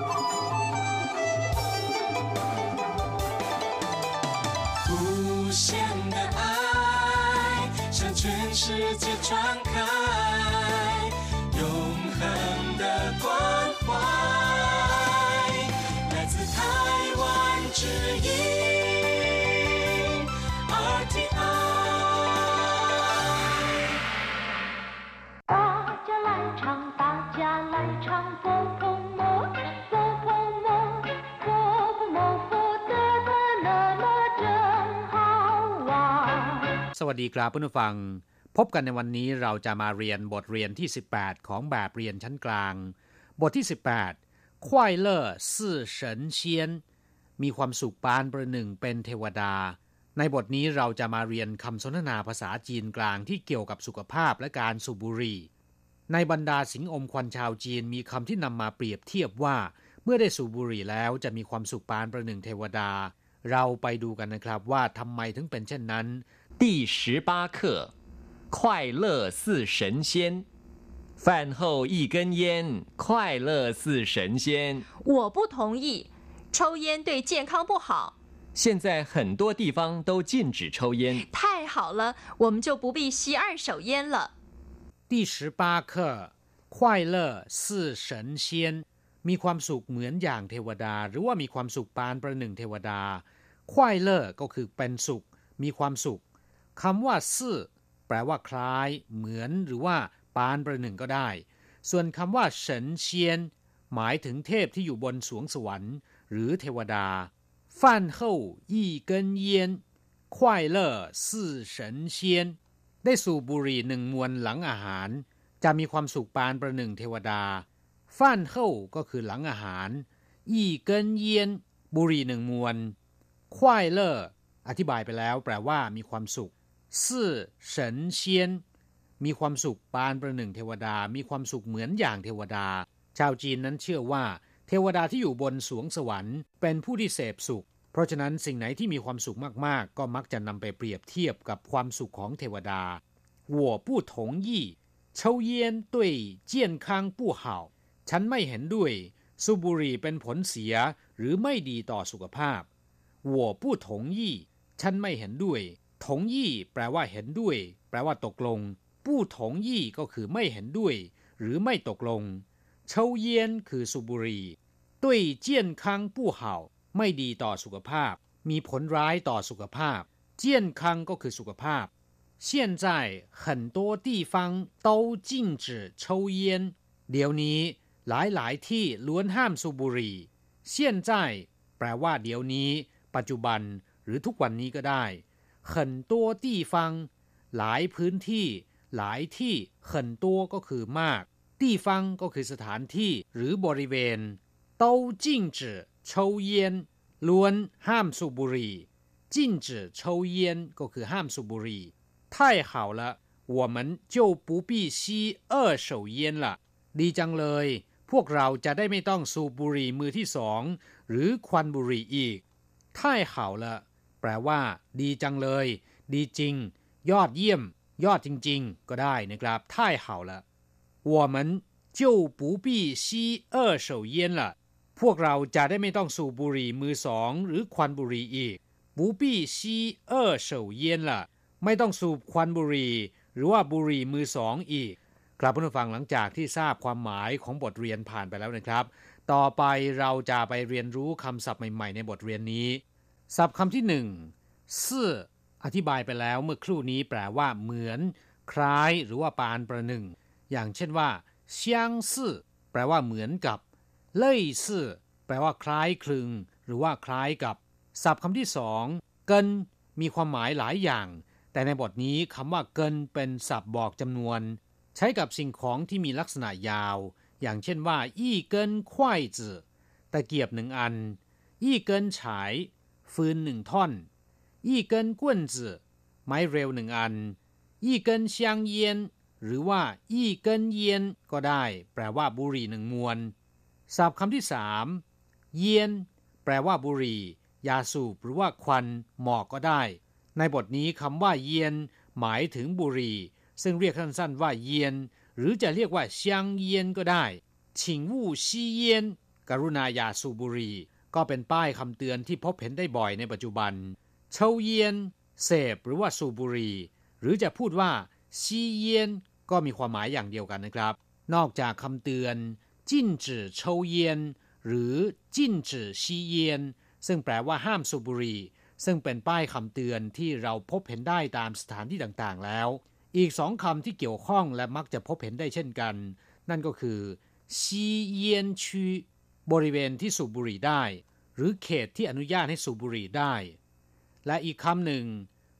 สวัสดีครับผู้ฟังพบกันในวันนี้เราจะมาเรียนบทเรียนที่สิบแปดของแบบเรียนชั้นกลางบทที่สิบแปด快乐是神仙มีความสุขปานประหนึ่งเป็นเทวดาในบทนี้เราจะมาเรียนคำสนทนาภาษาจีนกลางที่เกี่ยวกับสุขภาพและการสูบบุหรี่ในบรรดาสิงอมควันชาวจีนมีคำที่นำมาเปรียบเทียบว่าเมื่อได้สูบบุหรี่แล้วจะมีความสุขปานประหนึ่งเทวดาเราไปดูกันนะครับว่าทำไมถึงเป็นเช่นนั้น第十八课快乐似神仙饭后一根烟快乐似神仙我不同意抽烟对健康不好现在很多地方都禁止抽烟太好了我们就不必吸二手烟了第十八课快乐似神仙มีความสุขเหมือนอย่างเทวดาหรือว่ามีความสุขปานประหนึ่งเทวดาควายเล่ก็คือเป็นสุขมีความสุขคำว่าซื่อแปลว่าคล้ายเหมือนหรือว่าปานประหนึ่งก็ได้ส่วนคำว่าเฉินเชียนหมายถึงเทพที่อยู่บนสวงสวรรค์หรือเทวดา饭后一根烟快乐似神仙ได้สูบบุหรี่หนึ่งมวนหลังอาหารจะมีความสุขปานประหนึ่งเทวดาฟ่านเข้าก็คือหลังอาหารอีเกินเยียนบุหรี่หนึ่งมวนควายเล่ออธิบายไปแล้วแปลว่ามีความสุขซื่อเฉินเชียนมีความสุขปานประหนึ่งเทวดามีความสุขเหมือนอย่างเทวดาชาวจีนนั้นเชื่อว่าเทวดาที่อยู่บนสวงสวรรค์เป็นผู้ที่เสพสุขเพราะฉะนั้นสิ่งไหนที่มีความสุขมากๆก็มักจะนำไปเปรียบเทียบกับความสุขของเทวดา我不同意抽烟对健康不好ฉันไม่เห็นด้วยสูบบุหรี่เป็นผลเสียหรือไม่ดีต่อสุขภาพ我不同意ฉันไม่เห็นด้วย同意แปลว่าเห็นด้วยแปลว่าตกลง不同意ก็คือไม่เห็นด้วยหรือไม่ตกลง抽烟คือสูบบุหรี่对健康不好ไม่ดีต่อสุขภาพมีผลร้ายต่อสุขภาพ健康ก็คือสุขภาพ现在很多地方都禁止抽烟เดี๋ยวนี้หลายๆที่ล้วนห้ามสูบบุหรี่现在แปลว่าเดี๋ยวนี้ปัจจุบันหรือทุกวันนี้ก็ได้很多地方หลายพื้นที่หลายที่很多ก็คือมาก地方ก็คือสถานที่หรือบริเวณ都禁止抽烟ล้วนห้ามสูบบุหรี่禁止抽烟ก็คือห้ามสูบบุหรี่太好了我们就不必吸二手烟了ดีจังเลยพวกเราจะได้ไม่ต้องสูบบุหรี่มือที่สองหรือควันบุหรี่อีก太好了แปลว่าดีจังเลยดีจริงยอดเยี่ยมยอดจริงๆก็ได้นะครับ太好了我们就不必吸二手烟了พวกเราจะได้ไม่ต้องสูบบุหรี่มือสองหรือควันบุหรี่อีก不必吸二手烟了ไม่ต้องสูบควันบุหรี่หรือว่าบุหรี่มือสองอีกครับผู้ฟังหลังจากที่ทราบความหมายของบทเรียนผ่านไปแล้วนะครับต่อไปเราจะไปเรียนรู้คำศัพท์ใหม่ๆในบทเรียนนี้ศัพท์คำที่หนึ่งซื่ออธิบายไปแล้วเมื่อครู่นี้แปลว่าเหมือนคล้ายหรือว่าปานประหนึ่งอย่างเช่นว่า相似แปลว่าเหมือนกับ类似แปลว่าคล้ายคลึงหรือว่าคล้ายกับศัพท์คำที่สองเกินมีความหมายหลายอย่างแต่ในบทนี้คำว่าเกินเป็นศัพท์บอกจำนวนใช้กับสิ่งของที่มีลักษณะยาวอย่างเช่นว่าอี้เกินควายจื่อตะเกียบหนึ่งอันอี้เกินฉายฟืนหนึ่งท่อนอี้เกินก้วนจื่อไม้เร็วหนึ่งอันอี้เกินเซียงเยียนหรือว่าอี้เกินเยียนก็ได้แปลว่าบุหรี่หนึ่งมวนศัพท์คำที่สามเยียนแปลว่าบุหรี่ยาสูบหรือว่าควันหมอกก็ได้ในบทนี้คำว่าเยียนหมายถึงบุหรี่ซึ่งเรียกสั้นๆว่าเยียนหรือจะเรียกว่าเซียงเยียนก็ได้ฉิงวู่ซีเยียนกรุณาอย่าสูบบุหรี่ก็เป็นป้ายคำเตือนที่พบเห็นได้บ่อยในปัจจุบันเฉาเยียนเสพหรือว่าสูบบุหรี่หรือจะพูดว่าซีเยียนก็มีความหมายอย่างเดียวกันนะครับนอกจากคำเตือนจิ้นจื่อเฉาเยียนหรือจิ้นจื่อซีเยียนซึ่งแปลว่าห้ามสูบบุหรี่ซึ่งเป็นป้ายคำเตือนที่เราพบเห็นได้ตามสถานที่ต่างๆแล้วอีกสองคำที่เกี่ยวข้องและมักจะพบเห็นได้เช่นกันนั่นก็คือซีเยียนชีบริเวณที่สูบบุหรี่ได้หรือเขตที่อนุญาตให้สูบบุหรี่ได้และอีกคำหนึ่ง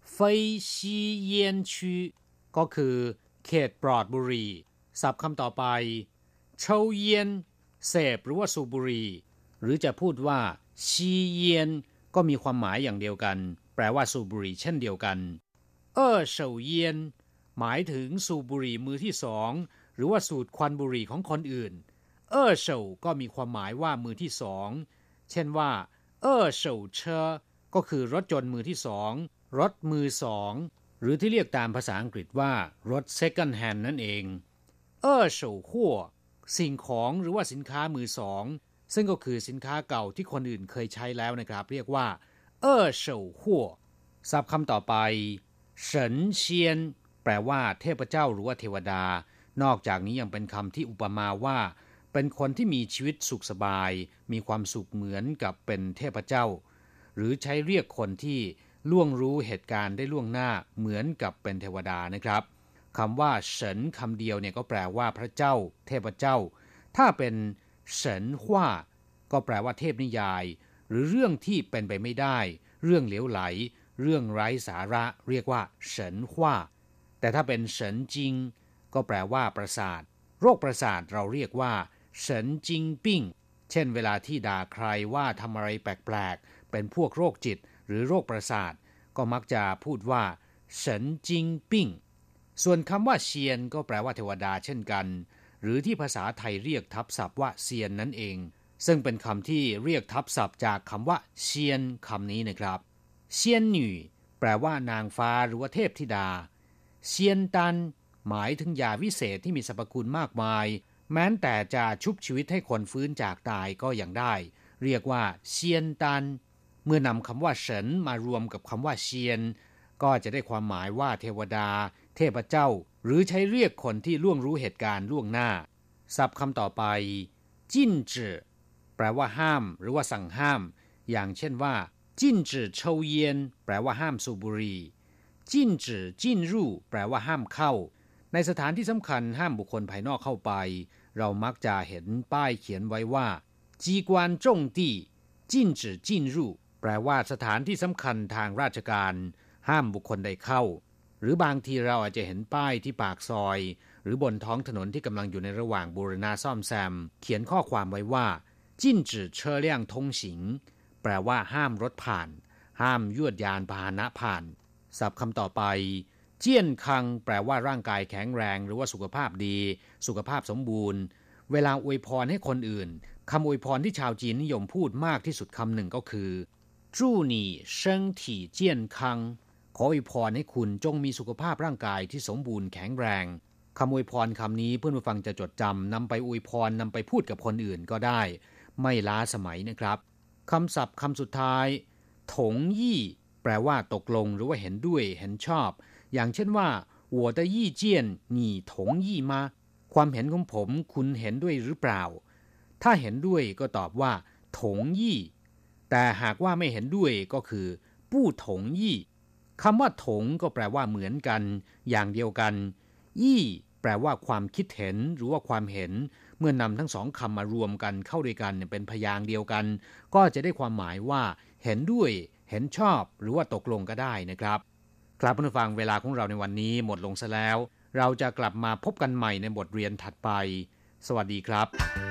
非吸烟区ก็คือเขตปลอดบุหรี่ศัพท์คำต่อไป抽烟เสพหรือว่าสูบบุหรี่หรือจะพูดว่าซีเยียนก็มีความหมายอย่างเดียวกันแปลว่าสูบบุหรี่เช่นเดียวกันเอ่อเฉาเยียนหมายถึงสูบบุหรี่มือที่สองหรือว่าสูดควันบุหรี่ของคนอื่นเอ่อเฉาก็มีความหมายว่ามือที่สองเช่นว่าเอ่อเฉาเชอก็คือรถยนต์มือที่สองรถมือสองหรือที่เรียกตามภาษาอังกฤษว่ารถ second hand นั่นเองเอ่อเฉาคั่วสิ่งของหรือว่าสินค้ามือสองซึ่งก็คือสินค้าเก่าที่คนอื่นเคยใช้แล้วนะครับเรียกว่าเอ่อเฉาคั่วศัพท์คำต่อไปเฉินเซียนแปลว่าเทพเจ้าหรือว่าเทวดานอกจากนี้ยังเป็นคำที่อุปมาว่าเป็นคนที่มีชีวิตสุขสบายมีความสุขเหมือนกับเป็นเทพเจ้าหรือใช้เรียกคนที่ล่วงรู้เหตุการณ์ได้ล่วงหน้าเหมือนกับเป็นเทวดานะครับคำว่าเฉินคำเดียวเนี่ยก็แปลว่าพระเจ้าเทพเจ้าถ้าเป็นเฉินฮว่าก็แปลว่าเทพนิยายหรือเรื่องที่เป็นไปไม่ได้เรื่องเหลวไหลเรื่องไร้สาระเรียกว่าเฉินฮว่าแต่ถ้าเป็นเฉินจิงก็แปลว่าประสาทโรคประสาทเราเรียกว่าเฉินจิงปิ้งเช่นเวลาที่ด่าใครว่าทำอะไรแปลกๆเป็นพวกโรคจิตหรือโรคประสาทก็มักจะพูดว่าเฉินจิงปิ้งส่วนคำว่าเซียนก็แปลว่าเทวดาเช่นกันหรือที่ภาษาไทยเรียกทับศัพท์ว่าเซียนนั่นเองซึ่งเป็นคำที่เรียกทับศัพท์จากคำว่าเซียนคำนี้นะครับเซียนหนี่แปลว่านางฟ้าหรือว่าเทพธิดาเซียนตันหมายถึงยาวิเศษที่มีสรรพคุณมากมายแม้แต่จะชุบชีวิตให้คนฟื้นจากตายก็ยังได้เรียกว่าเซียนตันเมื่อนำคำว่าเฉินมารวมกับคำว่าเซียนก็จะได้ความหมายว่าเทวดาเทพเจ้าหรือใช้เรียกคนที่ล่วงรู้เหตุการณ์ล่วงหน้าศัพท์คำต่อไปจิ้นจื่อแปลว่าห้ามหรือว่าสั่งห้ามอย่างเช่นว่าจิ้นจื่อเฉาเยียนแปลว่าห้ามสูบบุหรี่จิ้นจื่อจิ้นรู่แปลว่าห้ามเข้าในสถานที่สำคัญห้ามบุคคลภายนอกเข้าไปเรามักจะเห็นป้ายเขียนไว้ว่าจีกวนจงตี้จิ้นจื่อจิ้นรู่แปลว่าสถานที่สำคัญทางราชการห้ามบุคคลใดเข้าหรือบางทีเราอาจจะเห็นป้ายที่ปากซอยหรือบนท้องถนนที่กำลังอยู่ในระหว่างบูรณะซ่อมแซมเขียนข้อความไว้ว่าจิ้นจื่อเชอเลี่ยงทงสิงแปลว่าห้ามรถผ่านห้ามยวดยานพาหนะผ่านศัพท์คำต่อไปเจี้ยนคังแปลว่าร่างกายแข็งแรงหรือว่าสุขภาพดีสุขภาพสมบูรณ์เวลาอวยพรให้คนอื่นคำอวยพรที่ชาวจีนนิยมพูดมากที่สุดคำหนึ่งก็คือจู้หนี่เซิงถี่เจี้ยนคังขออวยพรให้คุณจงมีสุขภาพร่างกายที่สมบูรณ์แข็งแรงคำอวยพรคำนี้เพื่อนผู้ฟังจะจดจำนำไปอวยพรนำไปพูดกับคนอื่นก็ได้ไม่ล้าสมัยนะครับคำศัพท์คำสุดท้ายถงยี่แปลว่าตกลงหรือว่าเห็นด้วยเห็นชอบอย่างเช่นว่า我的意见你同意吗ความเห็นของผมคุณเห็นด้วยหรือเปล่าถ้าเห็นด้วยก็ตอบว่าถงยี่แต่หากว่าไม่เห็นด้วยก็คือปู้ถงยี่คำว่าถงก็แปลว่าเหมือนกันอย่างเดียวกันยี่แปลว่าความคิดเห็นหรือว่าความเห็นเมื่อนำทั้งสองคำมารวมกันเข้าด้วยกันเป็นพยางค์เดียวกันก็จะได้ความหมายว่าเห็นด้วยเห็นชอบหรือว่าตกลงก็ได้นะครับครับผู้ฟังเวลาของเราในวันนี้หมดลงซะแล้วเราจะกลับมาพบกันใหม่ในบทเรียนถัดไปสวัสดีครับ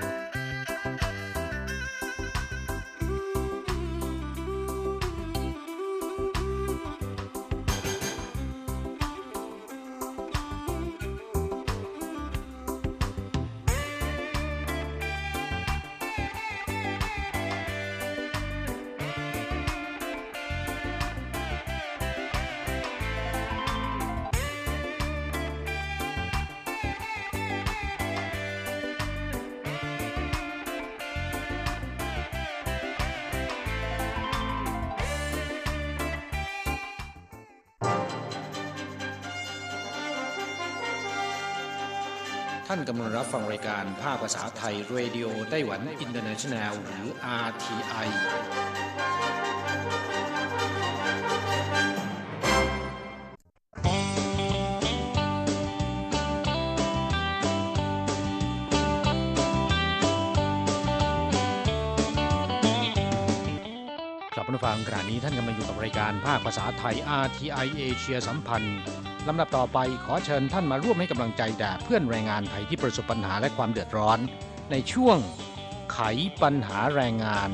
ท่านกำลังรับฟังรายการภาคภาษาไทยเรดิโอไต้หวันอินเตอร์เนชั่นแนลหรือ อาร์ ที ไอ ครับผู้ฟังขณะนี้ท่านกำลังอยู่กับรายการภาคภาษาไทย อาร์ ที ไอ เอเชียสัมพันธ์ลำดับต่อไปขอเชิญท่านมาร่วมให้กำลังใจแด่เพื่อนแรงงานไทยที่ประสบปัญหาและความเดือดร้อนในช่วงไขปัญหาแรงงาน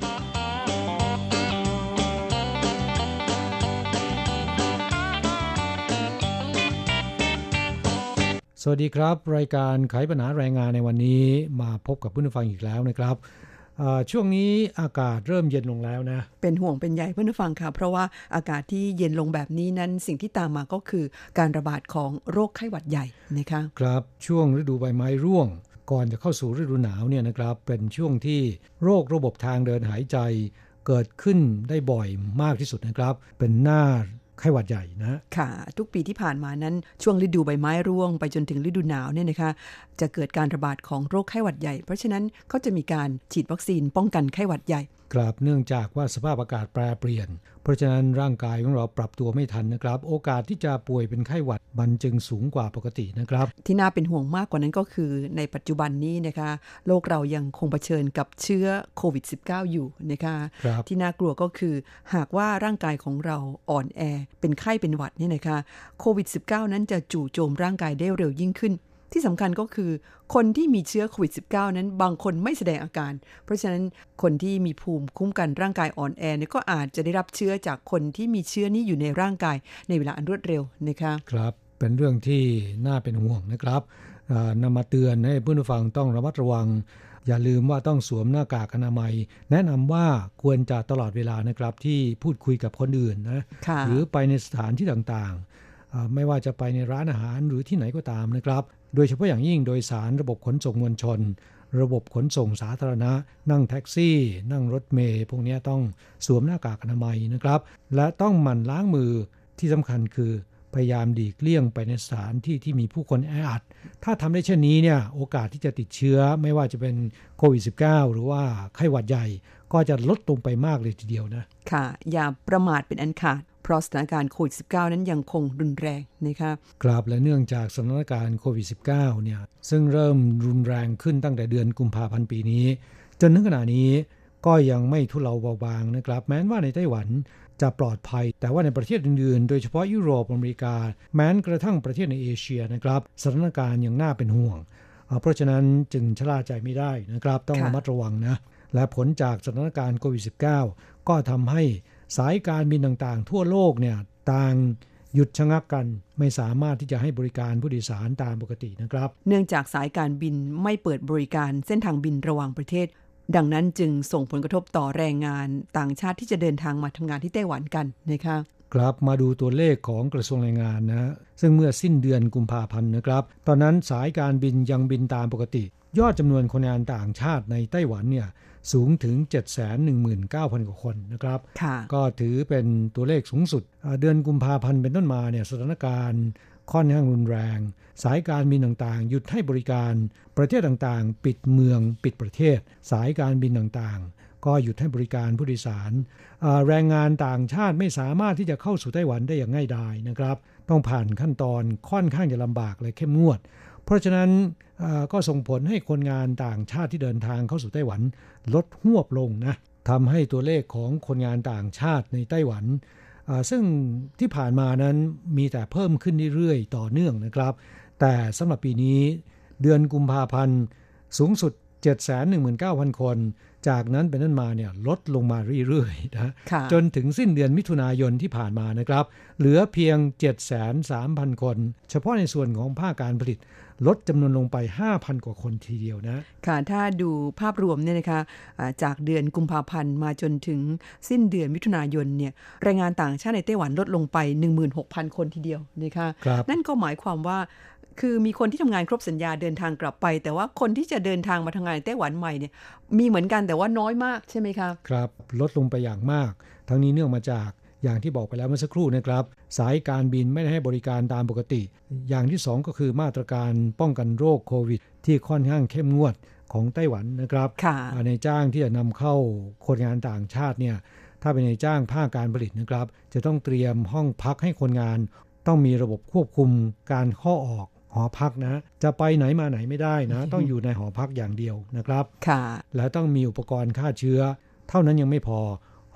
สวัสดีครับรายการไขปัญหาแรงงานในวันนี้มาพบกับผู้ฟังอีกแล้วนะครับช่วงนี้อากาศเริ่มเย็นลงแล้วนะเป็นห่วงเป็นใยเพื่อนผู้ฟังค่ะเพราะว่าอากาศที่เย็นลงแบบนี้นั้นสิ่งที่ตามมาก็คือการระบาดของโรคไข้หวัดใหญ่นะคะครับช่วงฤดูใบไม้ร่วงก่อนจะเข้าสู่ฤดูหนาวเนี่ยนะครับเป็นช่วงที่โรคระบบทางเดินหายใจเกิดขึ้นได้บ่อยมากที่สุดนะครับเป็นหน้าไข้หวัดใหญ่นะค่ะทุกปีที่ผ่านมานั้นช่วงฤดูใบไม้ร่วงไปจนถึงฤดูหนาวเนี่ยนะคะจะเกิดการระบาดของโรคไข้หวัดใหญ่เพราะฉะนั้นเขาจะมีการฉีดวัคซีนป้องกันไข้หวัดใหญ่ครับเนื่องจากว่าสภาพอากาศแปรเปลี่ยนเพราะฉะนั้นร่างกายของเราปรับตัวไม่ทันนะครับโอกาสที่จะป่วยเป็นไข้หวัดมันจึงสูงกว่าปกตินะครับที่น่าเป็นห่วงมากกว่านั้นก็คือในปัจจุบันนี้นะคะโลกเรายังคงเผชิญกับเชื้อโควิด สิบเก้า อยู่นะคะที่น่ากลัวก็คือหากว่าร่างกายของเราอ่อนแอเป็นไข้เป็นหวัดเนี่ยนะคะโควิด สิบเก้า นั้นจะจู่โจมร่างกายได้เร็วยิ่งขึ้นที่สำคัญก็คือคนที่มีเชื้อโควิด สิบเก้า นั้นบางคนไม่แสดงอาการเพราะฉะนั้นคนที่มีภูมิคุ้มกันร่างกายอ่อนแอเนี่ยก็อาจจะได้รับเชื้อจากคนที่มีเชื้อนี้อยู่ในร่างกายในเวลาอันรวดเร็วนะคะครับเป็นเรื่องที่น่าเป็นห่วงนะครับนำมาเตือนให้ผู้ฟังต้องระมัดระวังอย่าลืมว่าต้องสวมหน้ากากอนามัยแนะนำว่าควรจะตลอดเวลานะครับที่พูดคุยกับคนอื่นนะหรือไปในสถานที่ต่างๆไม่ว่าจะไปในร้านอาหารหรือที่ไหนก็ตามนะครับโดยเฉพาะอย่างยิ่งโดยสารระบบขนส่งมวลชนระบบขนส่งสาธารณะนั่งแท็กซี่นั่งรถเมล์พวกนี้ต้องสวมหน้ากากอนามัยนะครับและต้องหมั่นล้างมือที่สำคัญคือพยายามหลีกเลี่ยงไปในสถานที่ที่มีผู้คนแออัดถ้าทำได้เช่นนี้เนี่ยโอกาสที่จะติดเชื้อไม่ว่าจะเป็นโควิด สิบเก้า หรือว่าไข้หวัดใหญ่ก็จะลดลงไปมากเลยทีเดียวนะค่ะอย่าประมาทเป็นอันขาดเพราะสถานการณ์โควิด สิบเก้า นั้นยังคงรุนแรงนะคะครับและเนื่องจากสถานการณ์โควิด สิบเก้า เนี่ยซึ่งเริ่มรุนแรงขึ้นตั้งแต่เดือนกุมภาพันธ์ปีนี้จนถึงขณะนี้ก็ยังไม่ทุเลาเบาบางนะครับแม้ว่าในไต้หวันจะปลอดภัยแต่ว่าในประเทศอื่นๆโดยเฉพาะยุโรปอเมริกาแม้กระทั่งประเทศในเอเชียนะครับสถานการณ์ยังน่าเป็นห่วงเพราะฉะนั้นจึงชะล่าใจไม่ได้นะครับต้องระมัดระวังนะและผลจากสถานการณ์โควิด สิบเก้า ก็ทำให้สายการบินต่างๆทั่วโลกเนี่ยต่างหยุดชะงักกันไม่สามารถที่จะให้บริการผู้โดยสารตามปกตินะครับเนื่องจากสายการบินไม่เปิดบริการเส้นทางบินระหว่างประเทศดังนั้นจึงส่งผลกระทบต่อแรงงานต่างชาติที่จะเดินทางมาทำงานที่ไต้หวันกันนะคะครับมาดูตัวเลขของกระทรวงแรงงานนะซึ่งเมื่อสิ้นเดือนกุมภาพันธ์นะครับตอนนั้นสายการบินยังบินตามปกติยอดจำนวนคนงานต่างชาติในไต้หวันเนี่ยสูงถึง เจ็ดแสนหนึ่งหมื่นเก้าพัน กว่าคนนะครับก็ถือเป็นตัวเลขสูงสุดเดือนกุมภาพันธ์เป็นต้นมาเนี่ยสถานการณ์ค่อนข้างรุนแรงสายการบินต่างๆหยุดให้บริการประเทศต่างๆปิดเมืองปิดประเทศสายการบินต่างๆก็หยุดให้บริการผู้โดยสารแรงงานต่างชาติไม่สามารถที่จะเข้าสู่ไต้หวันได้อย่างง่ายดายนะครับต้องผ่านขั้นตอนค่อนข้างจะลำบากและเข้มงวดเพราะฉะนั้นก็ส่งผลให้คนงานต่างชาติที่เดินทางเข้าสู่ไต้หวันลดหวบลงนะทำให้ตัวเลขของคนงานต่างชาติในไต้หวันซึ่งที่ผ่านมานั้นมีแต่เพิ่มขึ้นเรื่อยๆต่อเนื่องนะครับแต่สำหรับปีนี้เดือนกุมภาพันธ์สูงสุด เจ็ดแสนหนึ่งหมื่นเก้าพัน คนจากนั้นเป็นต้นมาเนี่ยลดลงมาเรื่อยๆนะจนถึงสิ้นเดือนมิถุนายนที่ผ่านมานะครับเหลือเพียง เจ็ดแสนสามพัน คนเฉพาะในส่วนของภาคการผลิตลดจำนวนลงไป ห้าพัน กว่าคนทีเดียวนะค่ะถ้าดูภาพรวมเนี่ยนะคะจากเดือนกุมภาพันธ์มาจนถึงสิ้นเดือนมิถุนายนเนี่ยแรงงานต่างชาติในไต้หวันลดลงไป หนึ่งหมื่นหกพัน คนทีเดียวนะคะนั่นก็หมายความว่าคือมีคนที่ทำงานครบสัญญาเดินทางกลับไปแต่ว่าคนที่จะเดินทางมาทำงานในไต้หวันใหม่เนี่ยมีเหมือนกันแต่ว่าน้อยมากใช่ไหมคะครับลดลงไปอย่างมากทั้งนี้เนื่องมาจากอย่างที่บอกไปแล้วเมื่อสักครู่นะครับสายการบินไม่ได้ให้บริการตามปกติอย่างที่สองก็คือมาตรการป้องกันโรคโควิดที่ค่อนข้างเข้มงวดของไต้หวันนะครับในจ้างที่จะนำเข้าคนงานต่างชาติเนี่ยถ้าเป็นในจ้างภาคการผลิตนะครับจะต้องเตรียมห้องพักให้คนงานต้องมีระบบควบคุมการเข้าออกหอพักนะจะไปไหนมาไหนไม่ได้นะต้องอยู่ในหอพักอย่างเดียวนะครับและต้องมีอุปกรณ์ฆ่าเชื้อเท่านั้นยังไม่พอ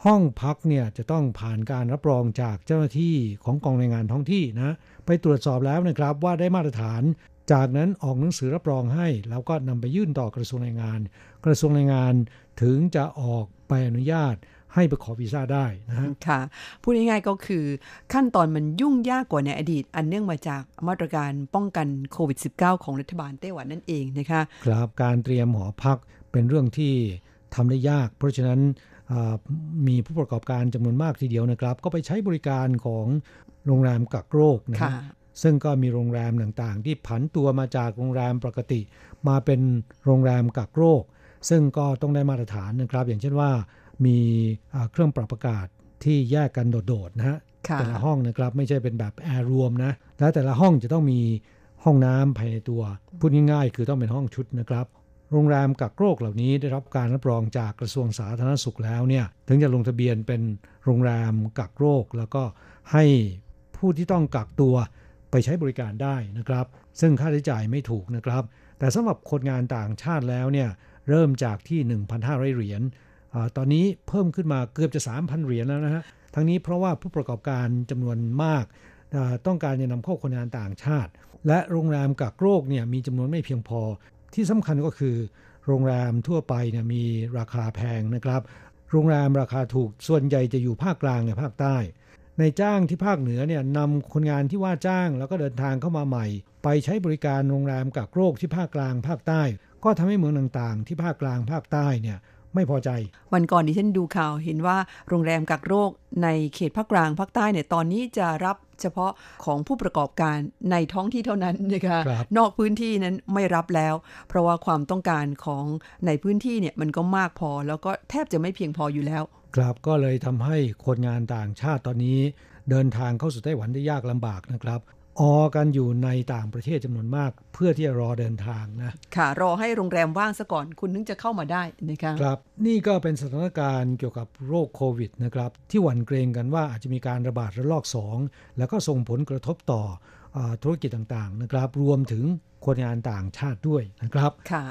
ห้องพักเนี่ยจะต้องผ่านการรับรองจากเจ้าหน้าที่ของกองแรงงานท้องที่นะไปตรวจสอบแล้วนะครับว่าได้มาตรฐานจากนั้นออกหนังสือรับรองให้แล้วก็นำไปยื่นต่อกระทรวงแรงงานกระทรวงแรงงานถึงจะออกใบอนุญาตให้ไปขอวีซ่าได้นะฮะค่ะพูดง่ายๆก็คือขั้นตอนมันยุ่งยากกว่าในอดีตอันเนื่องมาจากมาตรการป้องกันโควิด สิบเก้า ของรัฐบาลไต้หวันนั่นเองนะคะครับการเตรียมหอพักเป็นเรื่องที่ทำได้ยากเพราะฉะนั้นมีผู้ประกอบการจำนวนมากทีเดียวนะครับก็ไปใช้บริการของโรงแรมกักโรคนะซึ่งก็มีโรงแรมต่างๆที่ผันตัวมาจากโรงแรมปกติมาเป็นโรงแรมกักโรคซึ่งก็ต้องได้มาตรฐานนะครับอย่างเช่นว่ามีเครื่องปรับอากาศที่แยกกันโดดๆนะฮะแต่ละห้องนะครับไม่ใช่เป็นแบบแอร์รวมนะและแต่ละห้องจะต้องมีห้องน้ำภายในตัวพูดง่ายๆคือต้องเป็นห้องชุดนะครับโรงแรมกักโรคเหล่านี้ได้รับการรับรองจากกระทรวงสาธารณสุขแล้วเนี่ยถึงจะลงทะเบียนเป็นโรงแรมกักโรคแล้วก็ให้ผู้ที่ต้องกักตัวไปใช้บริการได้นะครับซึ่งค่าใช้จ่ายไม่ถูกนะครับแต่สำหรับคนงานต่างชาติแล้วเนี่ยเริ่มจากที่ หนึ่งพันห้าร้อย เหรียญอ่าตอนนี้เพิ่มขึ้นมาเกือบจะ สามพัน เหรียญแล้วนะฮะทั้งนี้เพราะว่าผู้ประกอบการจำนวนมากต้องการจะนำเข้าคนงานต่างชาติและโรงแรมกักโรคเนี่ยมีจำนวนไม่เพียงพอที่สำคัญก็คือโรงแรมทั่วไปเนี่ยมีราคาแพงนะครับโรงแรมราคาถูกส่วนใหญ่จะอยู่ภาคกลางในภาคใต้ในจ้างที่ภาคเหนือเนี่ยนำคนงานที่ว่าจ้างแล้วก็เดินทางเข้ามาใหม่ไปใช้บริการโรงแรมกักโรคที่ภาคกลางภาคใต้ก็ทำให้เมืองต่างๆที่ภาคกลางภาคใต้เนี่ยไม่พอใจวันก่อนดิฉันดูข่าวเห็นว่าโรงแรมกักโรคในเขตภาคกลางภาคใต้เนี่ยตอนนี้จะรับเฉพาะของผู้ประกอบการในท้องที่เท่านั้นนะคะนอกพื้นที่นั้นไม่รับแล้วเพราะว่าความต้องการของในพื้นที่เนี่ยมันก็มากพอแล้วก็แทบจะไม่เพียงพออยู่แล้วครับก็เลยทำให้คนงานต่างชาติตอนนี้เดินทางเข้าสู่ไต้หวันได้ยากลำบากนะครับออกันอยู่ในต่างประเทศจำนวนมากเพื่อที่จะรอเดินทางนะค่ะรอให้โรงแรมว่างซะก่อนคุณถึงจะเข้ามาได้นะคะครับนี่ก็เป็นสถานการณ์เกี่ยวกับโรคโควิดนะครับที่หวั่นเกรงกันว่าอาจจะมีการระบาดระลอกสองแล้วก็ส่งผลกระทบต่อธุรกิจต่างๆนะครับรวมถึงคนงานต่างชาติด้วยนะครับค่ะ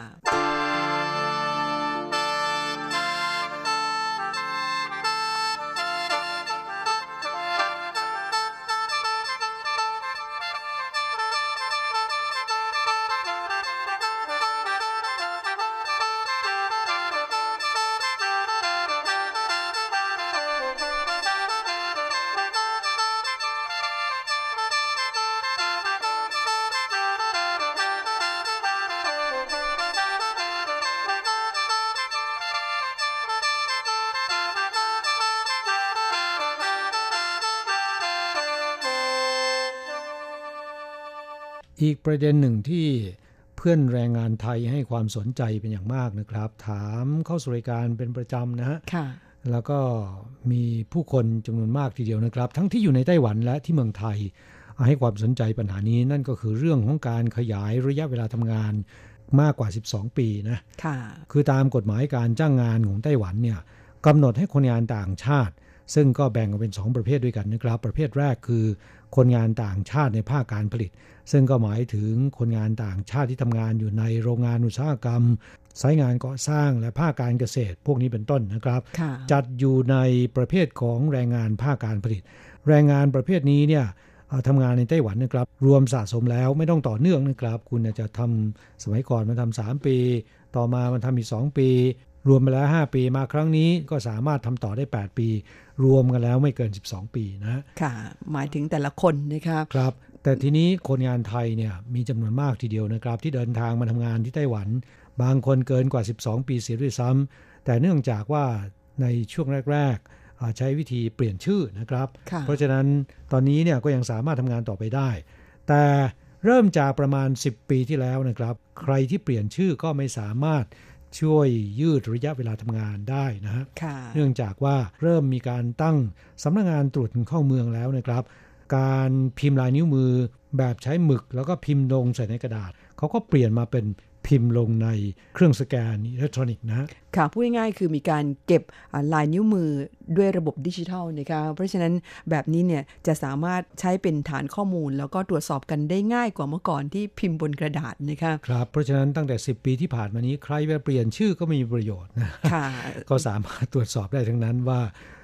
อีกประเด็นหนึ่งที่เพื่อนแรงงานไทยให้ความสนใจเป็นอย่างมากนะครับถามเข้าสู่รายการเป็นประจำนะฮะแล้วก็มีผู้คนจำนวนมากทีเดียวนะครับทั้งที่อยู่ในไต้หวันและที่เมืองไทยให้ความสนใจปัญหานี้นั่นก็คือเรื่องของการขยายระยะเวลาทำงานมากกว่าสิบสองปีนะคือตามกฎหมายการจ้างงานของไต้หวันเนี่ยกำหนดให้คนงานต่างชาติซึ่งก็แบ่งออกเป็นสองประเภทด้วยกันนะครับประเภทแรกคือคนงานต่างชาติในภาคการผลิตซึ่งก็หมายถึงคนงานต่างชาติที่ทำงานอยู่ในโรงงานอุตสาหกรรมสายงานก่อสร้างและภาคการเกษตรพวกนี้เป็นต้นนะครับจัดอยู่ในประเภทของแรงงานภาคการผลิตแรงงานประเภทนี้เนี่ยทำงานในไต้หวันนะครับรวมสะสมแล้วไม่ต้องต่อเนื่องนะครับคุณจะทำสมัยก่อนมันทำสามปีต่อมามันทำอีกสองปีรวมไปแล้วห้าปีมาครั้งนี้ก็สามารถทำต่อได้แปดปีรวมกันแล้วไม่เกินสิบสองปีนะค่ะหมายถึงแต่ละคนนะครับครับแต่ทีนี้คนงานไทยเนี่ยมีจำนวนมากทีเดียวนะครับที่เดินทางมาทำงานที่ไต้หวันบางคนเกินกว่าสิบสองปีเสียด้วยซ้ำแต่เนื่องจากว่าในช่วงแรกๆใช้วิธีเปลี่ยนชื่อนะครับเพราะฉะนั้นตอนนี้เนี่ยก็ยังสามารถทำงานต่อไปได้แต่เริ่มจากประมาณสิบปีที่แล้วนะครับใครที่เปลี่ยนชื่อก็ไม่สามารถช่วยยืดระยะเวลาทำงานได้นะฮะเนื่องจากว่าเริ่มมีการตั้งสำนักงานตรวจคนเข้าเมืองแล้วนะครับการพิมพ์ลายนิ้วมือแบบใช้หมึกแล้วก็พิมพ์ลงใส่ในกระดาษเขาก็เปลี่ยนมาเป็นพิมพ์ลงในเครื่องสแกนอิเล็กทรอนิกส์นะค่ะพูดง่ายๆคือมีการเก็บลายนิ้วมือด้วยระบบดิจิทัลนะคะเพราะฉะนั้นแบบนี้เนี่ยจะสามารถใช้เป็นฐานข้อมูลแล้วก็ตรวจสอบกันได้ง่ายกว่าเมื่อก่อนที่พิมพ์บนกระดาษนะคะครับเพราะฉะนั้นตั้งแต่สิบปีที่ผ่านมานี้ใครไปเปลี่ยนชื่อก็ไม่มีประโยชน์นะก็สามารถตรวจสอบได้ทั้งนั้นว่า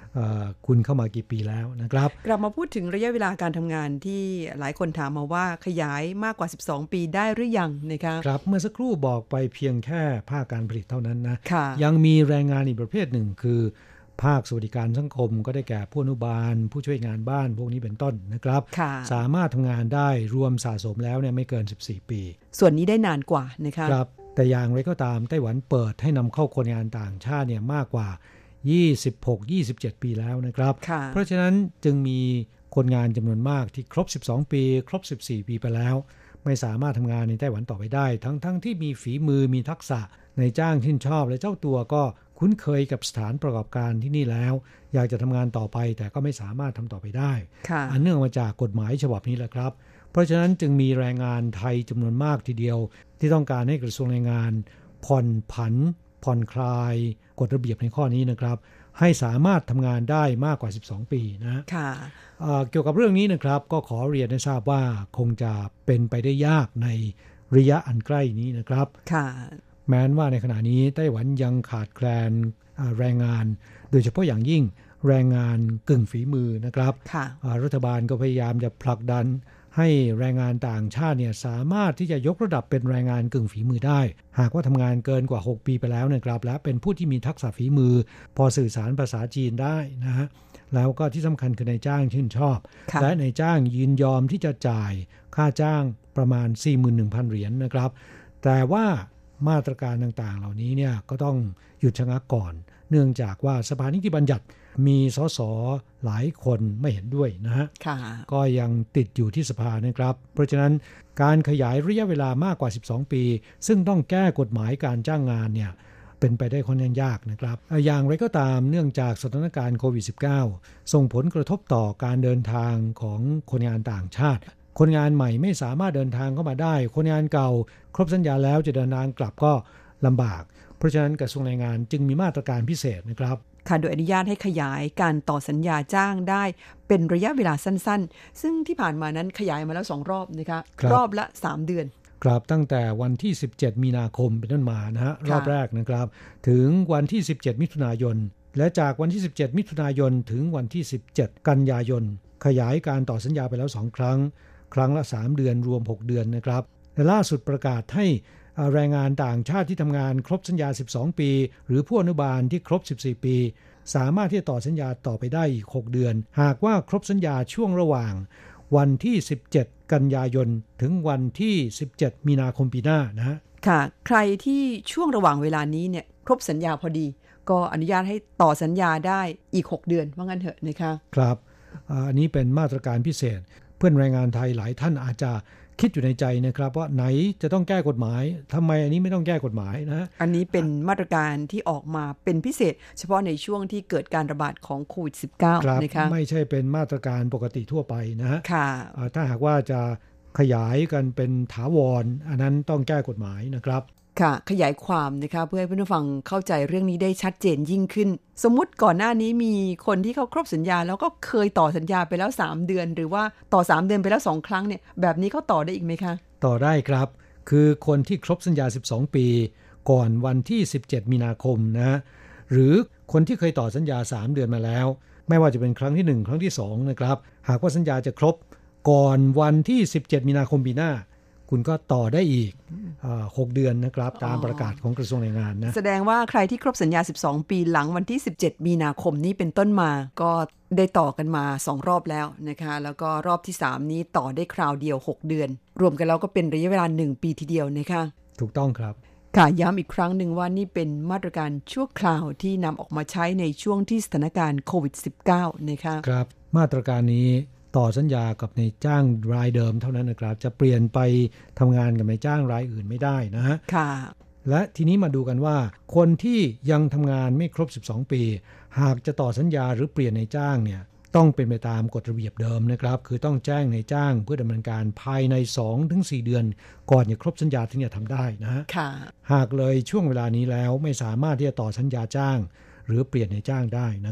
คุณเข้ามากี่ปีแล้วนะครับกลับมาพูดถึงระยะเวลาการทำงานที่หลายคนถามมาว่าขยายมากกว่าสิบสองปีได้หรือยังนะคะครับเมื่อสักครู่บอกไปเพียงแค่ภาคการผลิตเท่านั้นนะยังมีแรงงานอีกประเภทหนึ่งคือภาคสวัสดิการสังคมก็ได้แก่ผู้อนุบาลผู้ช่วยงานบ้านพวกนี้เป็นต้นนะครับสามารถทำงานได้รวมสะสมแล้วเนี่ยไม่เกินสิบสี่ปีส่วนนี้ได้นานกว่านะคะครับแต่อย่างไรก็ตามไต้หวันเปิดให้นำเข้าคนงานต่างชาติเนี่ยมากกว่ายี่สิบหก ยี่สิบเจ็ดปีแล้วนะครับเพราะฉะนั้นจึงมีคนงานจำนวนมากที่ครบสิบสองปีครบสิบสี่ปีไปแล้วไม่สามารถทำงานในไต้หวันต่อไปได้ทั้งๆ ท, ที่มีฝีมือมีทักษะในจ้างชื่นชอบและเจ้าตัวก็คุ้นเคยกับสถานประกอบการที่นี่แล้วอยากจะทำงานต่อไปแต่ก็ไม่สามารถทำต่อไปได้อันเนื่องมาจากกฎหมายฉบับนี้แหละครับเพราะฉะนั้นจึงมีแรงงานไทยจำนวนมากทีเดียวที่ต้องการให้กระทรวงแรงงานผ่อนผันผ่อนคลายกฎระเบียบในข้อนี้นะครับให้สามารถทำงานได้มากกว่าสิบสองปีนะค่ะเอ่อเกี่ยวกับเรื่องนี้นะครับก็ขอเรียนให้ทราบว่าคงจะเป็นไปได้ยากในระยะอันใกล้นี้นะครับค่ะแม้ว่าในขณะนี้ไต้หวันยังขาดแคลนแรงงานโดยเฉพาะอย่างยิ่งแรงงานกึ่งฝีมือนะครับรัฐบาลก็พยายามจะผลักดันให้แรงงานต่างชาติเนี่ยสามารถที่จะยกระดับเป็นแรงงานกึ่งฝีมือได้หากว่าทำงานเกินกว่าหกปีไปแล้วนะครับและเป็นผู้ที่มีทักษะฝีมือพอสื่อสารภาษาจีนได้นะฮะแล้วก็ที่สำคัญคือนายจ้างชื่นชอบและนายจ้างยินยอมที่จะจ่ายค่าจ้างประมาณ สี่หมื่นหนึ่งพัน เหรียญ นะครับแต่ว่ามาตรการต่างๆเหล่านี้เนี่ยก็ต้องหยุดชะงักก่อนเนื่องจากว่าสภานิติบัญญัติมีสสหลายคนไม่เห็นด้วยนะฮะก็ยังติดอยู่ที่สภานะครับเพราะฉะนั้นการขยายระยะเวลามากกว่าสิบสองปีซึ่งต้องแก้กฎหมายการจ้างงานเนี่ยเป็นไปได้ค่อนข้างยากนะครับอย่างไรก็ตามเนื่องจากสถานการณ์โควิด สิบเก้า ส่งผลกระทบต่อการเดินทางของคนงานต่างชาติคนงานใหม่ไม่สามารถเดินทางเข้ามาได้คนงานเก่าครบสัญญาแล้วจะเดินทางกลับก็ลำบากเพราะฉะนั้นกระทรวงแรงงานจึงมีมาตรการพิเศษนะครับค่ะโดยอนุญาตให้ขยายการต่อสัญญาจ้างได้เป็นระยะเวลาสั้นๆซึ่งที่ผ่านมานั้นขยายมาแล้วสองรอบนะคะรอบละสามเดือนครับตั้งแต่วันที่สิบเจ็ดมีนาคมเป็นต้นมานะฮะรอบแรกนะครับถึงวันที่สิบเจ็ดมิถุนายนและจากวันที่สิบเจ็ดมิถุนายนถึงวันที่สิบเจ็ดกันยายนขยายการต่อสัญญาไปแล้วสองครั้งครั้งละสามเดือนรวมหกเดือนนะครับและล่าสุดประกาศให้แรงงานต่างชาติที่ทำงานครบสัญญาสิบสองปีหรือผู้อนุบาลที่ครบสิบสี่ปีสามารถที่จะต่อสัญญาต่อไปได้อีกหกเดือนหากว่าครบสัญญาช่วงระหว่างวันที่สิบเจ็ดกันยายนถึงวันที่สิบเจ็ดมีนาคมปีหน้านะฮะค่ะใครที่ช่วงระหว่างเวลานี้เนี่ยครบสัญญาพอดีก็อนุญาตให้ต่อสัญญาได้อีกหกเดือนว่างั้นเถอะนะคะครับอันนี้เป็นมาตรการพิเศษเพื่อนแรงงานไทยหลายท่านอาจจะคิดอยู่ในใจนะครับว่าไหนจะต้องแก้กฎหมายทำไมอันนี้ไม่ต้องแก้กฎหมายนะอันนี้เป็นมาตรการที่ออกมาเป็นพิเศษเฉพาะในช่วงที่เกิดการระบาดของโควิด สิบเก้า นะคะไม่ใช่เป็นมาตรการปกติทั่วไปนะฮะถ้าหากว่าจะขยายกันเป็นถาวรอันนั้นต้องแก้กฎหมายนะครับค่ะขยายความนะคะเพื่อให้ผู้ฟังเข้าใจเรื่องนี้ได้ชัดเจนยิ่งขึ้นสมมุติก่อนหน้านี้มีคนที่เขาครบสัญญาแล้วก็เคยต่อสัญญาไปแล้วสามเดือนหรือว่าต่อสามเดือนไปแล้วสองครั้งเนี่ยแบบนี้เขาต่อได้อีกไหมคะต่อได้ครับคือคนที่ครบสัญญาสิบสองปีก่อนวันที่สิบเจ็ดมีนาคมนะหรือคนที่เคยต่อสัญญาสามเดือนมาแล้วไม่ว่าจะเป็นครั้งที่หนึ่งครั้งที่สองนะครับหากว่าสัญญาจะครบก่อนวันที่สิบเจ็ดมีนาคมปีหน้าคุณก็ต่อได้อีกหกเดือนนะครับตามประกาศของกระทรวงแรงงานนะแสดงว่าใครที่ครบสัญญาสิบสองปีหลังวันที่สิบเจ็ดมีนาคมนี้เป็นต้นมาก็ได้ต่อกันมาสองรอบแล้วนะคะแล้วก็รอบที่สามนี้ต่อได้คราวเดียวหกเดือนรวมกันแล้วก็เป็นระยะเวลาหนึ่งปีทีเดียวนะคะถูกต้องครับค่ะย้ำอีกครั้งหนึ่งว่านี่เป็นมาตรการชั่วคราวที่นำออกมาใช้ในช่วงที่สถานการณ์โควิด สิบเก้า นะคะครับมาตรการนี้ต่อสัญญากับนายจ้างรายเดิมเท่านั้นนะครับจะเปลี่ยนไปทำงานกับนายจ้างรายอื่นไม่ได้นะฮะค่ะและทีนี้มาดูกันว่าคนที่ยังทำงานไม่ครบสิบสองปีหากจะต่อสัญญาหรือเปลี่ยนนายจ้างเนี่ยต้องเป็นไปตามกฎระเบียบเดิมนะครับคือต้องแจ้งนายจ้างเพื่อดำเนินการภายใน สองถึงสี่ เดือนก่อนจะครบสัญญาถึงจะทำได้นะฮะค่ะหากเลยช่วงเวลานี้แล้วไม่สามารถที่จะต่อสัญญาจ้างหรือเปลี่ยนนายจ้างได้นะครับ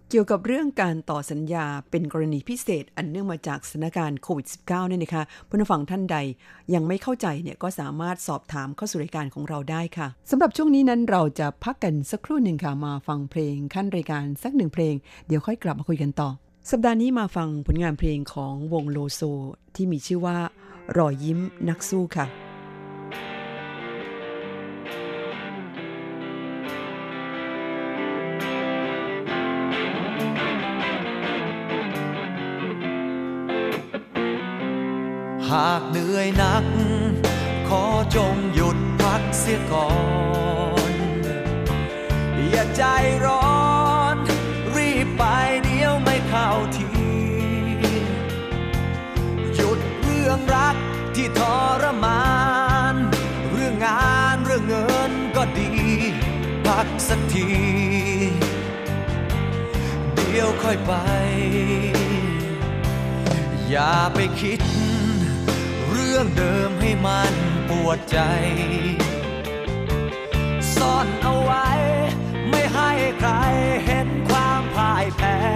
เกี่ยวกับเรื่องการต่อสัญญาเป็นกรณีพิเศษอันเนื่องมาจากสถานการณ์โควิด สิบเก้า เนี่ยนะคะผู้ฟังท่านใดยังไม่เข้าใจเนี่ยก็สามารถสอบถามเข้าสู่รายการของเราได้ค่ะสำหรับช่วงนี้นั้นเราจะพักกันสักครู่หนึ่งค่ะมาฟังเพลงขั้นรายการสักหนึ่งเพลงเดี๋ยวค่อยกลับมาคุยกันต่อสัปดาห์นี้มาฟังผลงานเพลงของวงโลโซที่มีชื่อว่ารอยยิ้มนักสู้ค่ะหากเหนื่อยหนักขอจงหยุดพักเสียก่อนอย่าใจร้อนรีบไปเดี๋ยวไม่เข้าทีหยุดเรื่องรักที่ทรมานเรื่องงานเรื่องเงินก็ดีพักสักทีเดี๋ยวค่อยไปอย่าไปคิดเรื่องเดิมให้มันปวดใจซ่อนเอาไว้ไม่ให้ใครเห็นความพ่ายแพ้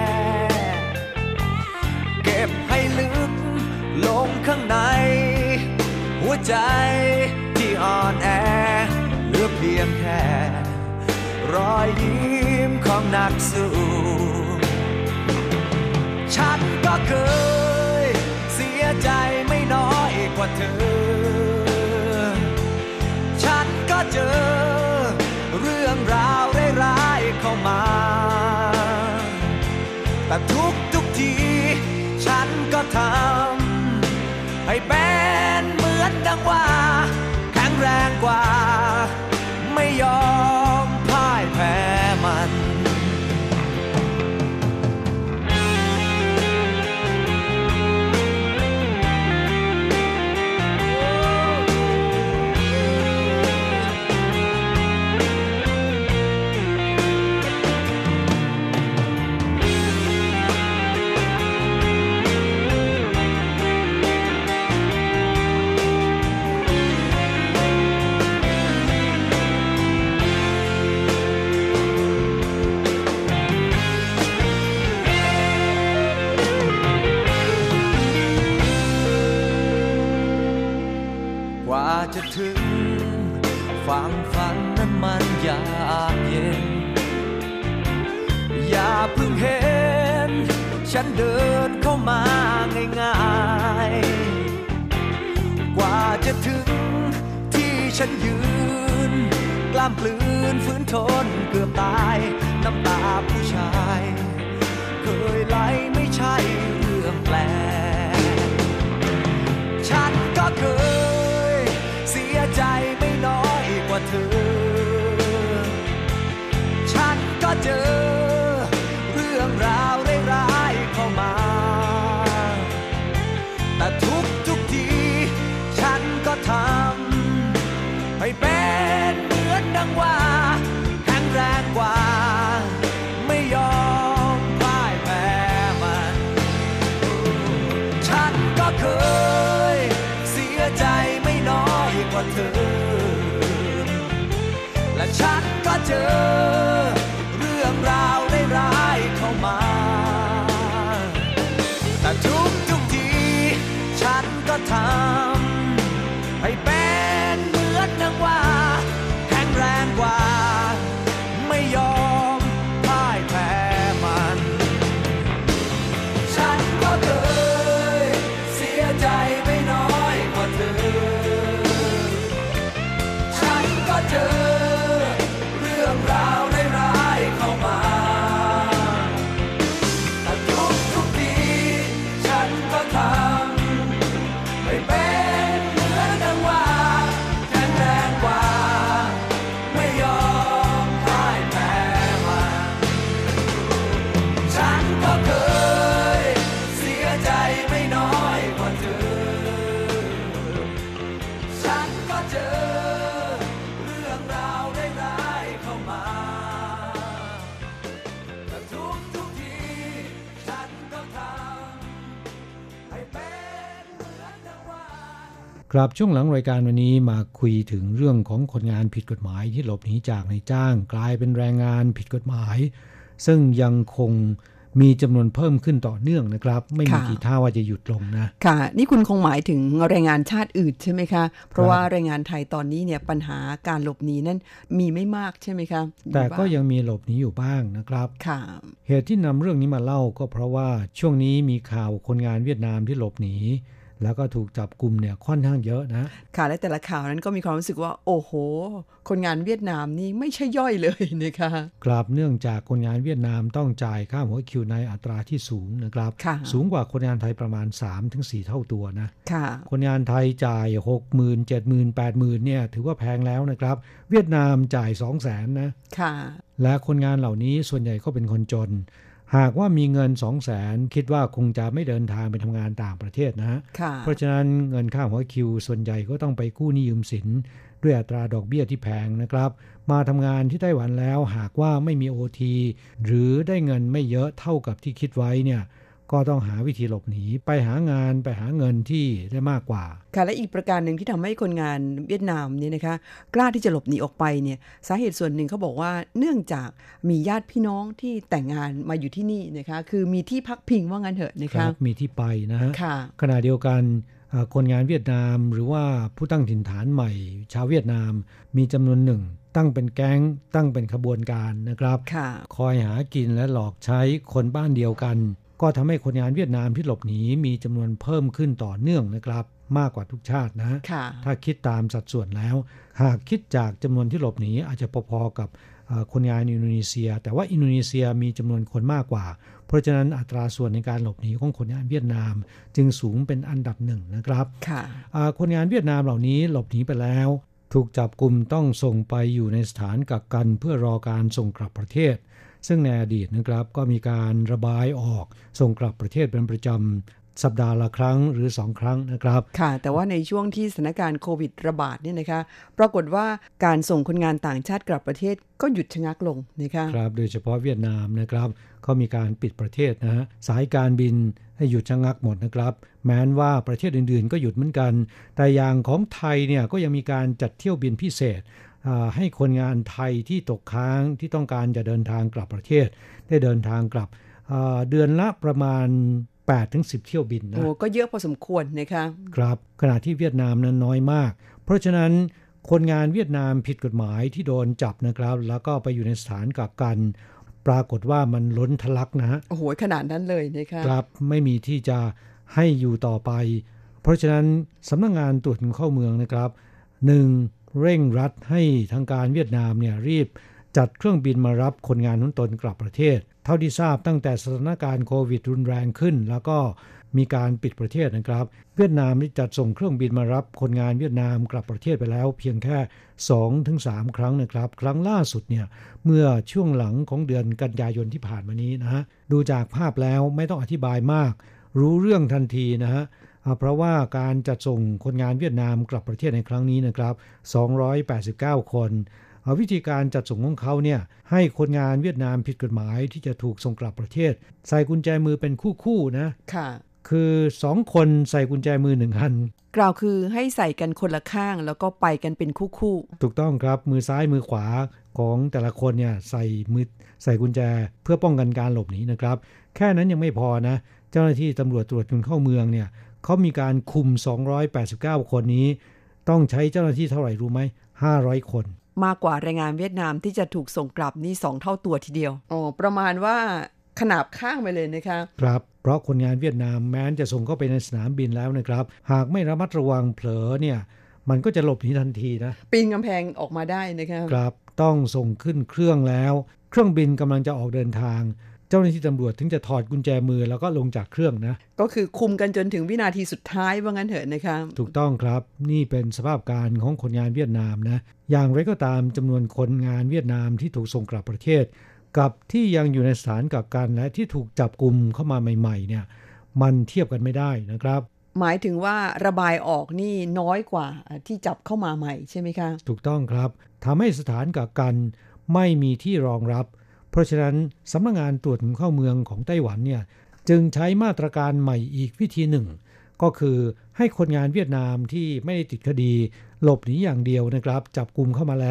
เก็บให้ลึกลงข้างในหัวใจที่อ่อนแอเหลือเพียงแค่รอยยิ้มของนักสู้ฉันก็เคยเสียใจไม่น้อยกว่าเธอฉันก็เจอเรื่องราวร้ายๆเข้ามาแต่ทุกทุกทีฉันก็ทำให้เป็นเหมือนดังว่าแข็งแรงกว่าไม่ยอมพ่ายแพ้มันจะถึงฝั่งฝันนั้นมันยากเย็นอย่าเพิ่งเห็นฉันเดินเข้ามาง่ายๆกว่าจะถึงที่ฉันยืนกล้ามปลืนฝืนทนเกือบตายน้ำตาผู้ชายเคยไหลไม่ใช่เรื่องแปลกฉันก็เคยเสียใจไม่น้อยกว่าเธอฉันก็เจอเรื่องราวร้ายๆเข้ามาแต่ทุกทุกทีฉันก็ทำให้เป็นเหมือนดังว่าแข็งแรงกว่าไม่ยอมพ่ายแพ้มันฉันก็เคยเสียใจไม่น้อยกว่าเธอและฉันก็เจอเรื่องราวร้ายๆเข้ามาแต่ทุกทุกทีฉันก็ทำให้เป็นเหมือนดังว่าแข็งแรงกว่าไม่ยอมพ่ายแพ้มันฉันก็เคยเสียใจไม่น้อยกว่าเธอฉันก็เจอเรื่องราวร้ายๆเข้ามาแต่ทุกทุกทีฉันก็ทำให้เป็นเหมือนดังว่าแข็งแรงกว่าไม่ยอมพ่ายแพ้มันฉันก็เคยเสียใจไม่น้อยกว่าเธอฉันก็เจอเรื่องราวร้ายๆเข้ามาแต่ทุกทุกทีฉันก็ทำให้เป็นเหมือนดังว่าครับช่วงหลังรายการวันนี้มาคุยถึงเรื่องของคนงานผิดกฎหมายที่หลบหนีจากนายจ้างกลายเป็นแรงงานผิดกฎหมายซึ่งยังคงมีจำนวนเพิ่มขึ้นต่อเนื่องนะครับไม่มีทีท่าว่าจะหยุดลงนะค่ะนี่คุณคงหมายถึงแรงงานชาติอื่นใช่ไหมคะเพราะว่าแรงงานไทยตอนนี้เนี่ยปัญหาการหลบหนีนั้นมีไม่มากใช่ไหมคะแต่ก็ยังมีหลบหนีอยู่บ้างนะครับค่ะเหตุที่นำเรื่องนี้มาเล่าก็เพราะว่าช่วงนี้มีข่าวคนงานเวียดนามที่หลบหนีแล้วก็ถูกจับกุมเนี่ยค่อนข้างเยอะนะค่ะและแต่ละข่าวนั้นก็มีความรู้สึกว่าโอ้โหคนงานเวียดนามนี่ไม่ใช่ย่อยเลยนะคะกราบเนื่องจากคนงานเวียดนามต้องจ่ายค่าหัวคิวในอัตราที่สูงนะครับสูงกว่าคนงานไทยประมาณ สามถึงสี่ เท่าตัวนะค่ะคนงานไทยจ่าย หกหมื่น เจ็ดหมื่น แปดหมื่น เนี่ยถือว่าแพงแล้วนะครับเวียดนามจ่าย สองแสน นะค่ะและคนงานเหล่านี้ส่วนใหญ่ก็เป็นคนจนหากว่ามีเงิน สองแสน คิดว่าคงจะไม่เดินทางไปทำงานต่างประเทศนะเพราะฉะนั้นเงินค่าหัวคิวส่วนใหญ่ก็ต้องไปกู้หนี้ยืมสินด้วยอัตราดอกเบี้ยที่แพงนะครับมาทำงานที่ไต้หวันแล้วหากว่าไม่มี โอ ที หรือได้เงินไม่เยอะเท่ากับที่คิดไว้เนี่ยก็ต้องหาวิธีหลบหนีไปหางานไปหาเงินที่ได้มากกว่าค่ะและอีกประการหนึ่งที่ทำให้คนงานเวียดนามเนี่ยนะคะกล้าที่จะหลบหนีออกไปเนี่ยสาเหตุส่วนหนึ่งเขาบอกว่าเนื่องจากมีญาติพี่น้องที่แต่งงานมาอยู่ที่นี่นะคะคือมีที่พักพิงว่างั้นเถอะนะคะมีที่ไปนะฮะค่ะขณะเดียวกันคนงานเวียดนามหรือว่าผู้ตั้งถิ่นฐานใหม่ชาวเวียดนามมีจำนวนหนึ่งตั้งเป็นแก๊งตั้งเป็นขบวนการนะครับคอยหากินและหลอกใช้คนบ้านเดียวกันก็ทำให้คนงานเวียดนามที่หลบหนีมีจำนวนเพิ่มขึ้นต่อเนื่องนะครับมากกว่าทุกชาตินะถ้าคิดตามสัดส่วนแล้วหากคิดจากจำนวนที่หลบหนีอาจจะพอๆกับคนงานอินโดนีเซียแต่ว่าอินโดนีเซียมีจำนวนคนมากกว่าเพราะฉะนั้นอัตราส่วนในการหลบหนีของคนงานเวียดนามจึงสูงเป็นอันดับหนึ่งนะครับคนงานเวียดนามเหล่านี้หลบหนีไปแล้วถูกจับกุมต้องส่งไปอยู่ในสถานกักกันเพื่อรอการส่งกลับประเทศซึ่งในอดีตนะครับก็มีการระบายออกส่งกลับประเทศเป็นประจำสัปดาห์ละครั้งหรือสองครั้งนะครับค่ะแต่ว่าในช่วงที่สถานการณ์โควิดระบาดเนี่ยนะคะปรากฏว่าการส่งคนงานต่างชาติกลับประเทศก็หยุดชะงักลงนะคะครับโดยเฉพาะเวียดนามนะครับเขามีการปิดประเทศนะฮะสายการบินให้หยุดชะงักหมดนะครับแม้นว่าประเทศอื่นๆก็หยุดเหมือนกันแต่อย่างของไทยเนี่ยก็ยังมีการจัดเที่ยวบินพิเศษให้คนงานไทยที่ตกค้างที่ต้องการจะเดินทางกลับประเทศได้เดินทางกลับเดือนละประมาณ แปดถึงสิบ เที่ยวบินนะโอ้ก็เยอะพอสมควรนะคะครับขณะที่เวียดนามนั้นน้อยมากเพราะฉะนั้นคนงานเวียดนามผิดกฎหมายที่โดนจับนะครับแล้วก็ไปอยู่ในสถานกักกันปรากฏว่ามันล้นทะลักนะฮะโอ้โหขนาดนั้นเลยนะคะครับไม่มีที่จะให้อยู่ต่อไปเพราะฉะนั้นสำนักงานตรวจคนเข้าเมืองนะครับหนึ่งเร่งรัดให้ทางการเวียดนามเนี่ยรีบจัดเครื่องบินมารับคนงานของตนกลับประเทศเท่าที่ทราบตั้งแต่สถานการณ์โควิดรุนแรงขึ้นแล้วก็มีการปิดประเทศนะครับเวียดนามได้จัดส่งเครื่องบินมารับคนงานเวียดนามกลับประเทศไปแล้วเพียงแค่ สองถึงสาม ครั้งนะครับครั้งล่าสุดเนี่ยเมื่อช่วงหลังของเดือนกันยายนที่ผ่านมานี้นะฮะดูจากภาพแล้วไม่ต้องอธิบายมากรู้เรื่องทันทีนะฮะเพราะว่าการจัดส่งคนงานเวียดนามกลับประเทศในครั้งนี้นะครับสองร้อยแปดสิบเก้าคนวิธีการจัดส่งของเขาเนี่ยให้คนงานเวียดนามผิดกฎหมายที่จะถูกส่งกลับประเทศใส่กุญแจมือเป็นคู่ๆนะค่ะคือสองคนใส่กุญแจมือหนึ่งอันกล่าวคือให้ใส่กันคนละข้างแล้วก็ไปกันเป็นคู่ๆถูกต้องครับมือซ้ายมือขวาของแต่ละคนเนี่ยใส่มือใส่กุญแจเพื่อป้องกันการหลบหนีนะครับแค่นั้นยังไม่พอนะเจ้าหน้าที่ตำรวจตรวจคนเข้าเมืองเนี่ยเขามีการคุมสองร้อยแปดสิบเก้าคนนี้ต้องใช้เจ้าหน้าที่เท่าไหร่รู้ไหมห้าร้อยคนมากกว่าแรงงานเวียดนามที่จะถูกส่งกลับนี่สองเท่าตัวทีเดียวอ๋อประมาณว่าขนาบข้างไปเลยนะคะครับเพราะคนงานเวียดนามแม้จะส่งเข้าไปในสนามบินแล้วนะครับหากไม่ระมัดระวังเผลอเนี่ยมันก็จะหลบหนีทันทีนะปีนกำแพงออกมาได้นะคะครับต้องส่งขึ้นเครื่องแล้วเครื่องบินกำลังจะออกเดินทางเจ้าหน้าที่ตำรวจถึงจะถอดกุญแจมือแล้วก็ลงจากเครื่องนะก็คือคุมกันจนถึงวินาทีสุดท้ายว่างั้นเถอะนะคะถูกต้องครับนี่เป็นสภาพการของคนงานเวียดนามนะอย่างไรก็ตามจำนวนคนงานเวียดนามที่ถูกส่งกลับประเทศกับที่ยังอยู่ในสถานกักกันและที่ถูกจับกุมเข้ามาใหม่ๆเนี่ยมันเทียบกันไม่ได้นะครับหมายถึงว่าระบายออกนี่น้อยกว่าที่จับเข้ามาใหม่ใช่ไหมคะถูกต้องครับทำให้สถานกักกันไม่มีที่รองรับเพราะฉะนั้นสำนักงานตรวจคนเข้าเมืองของไต้หวันเนี่ยจึงใช้มาตรการใหม่อีกวิธีหนึ่งก็คือให้คนงานเวียดนามที่ไม่ได้ติดคดีหลบหนีอย่างเดียวนะครับจับกุมเข้ามาแล้ว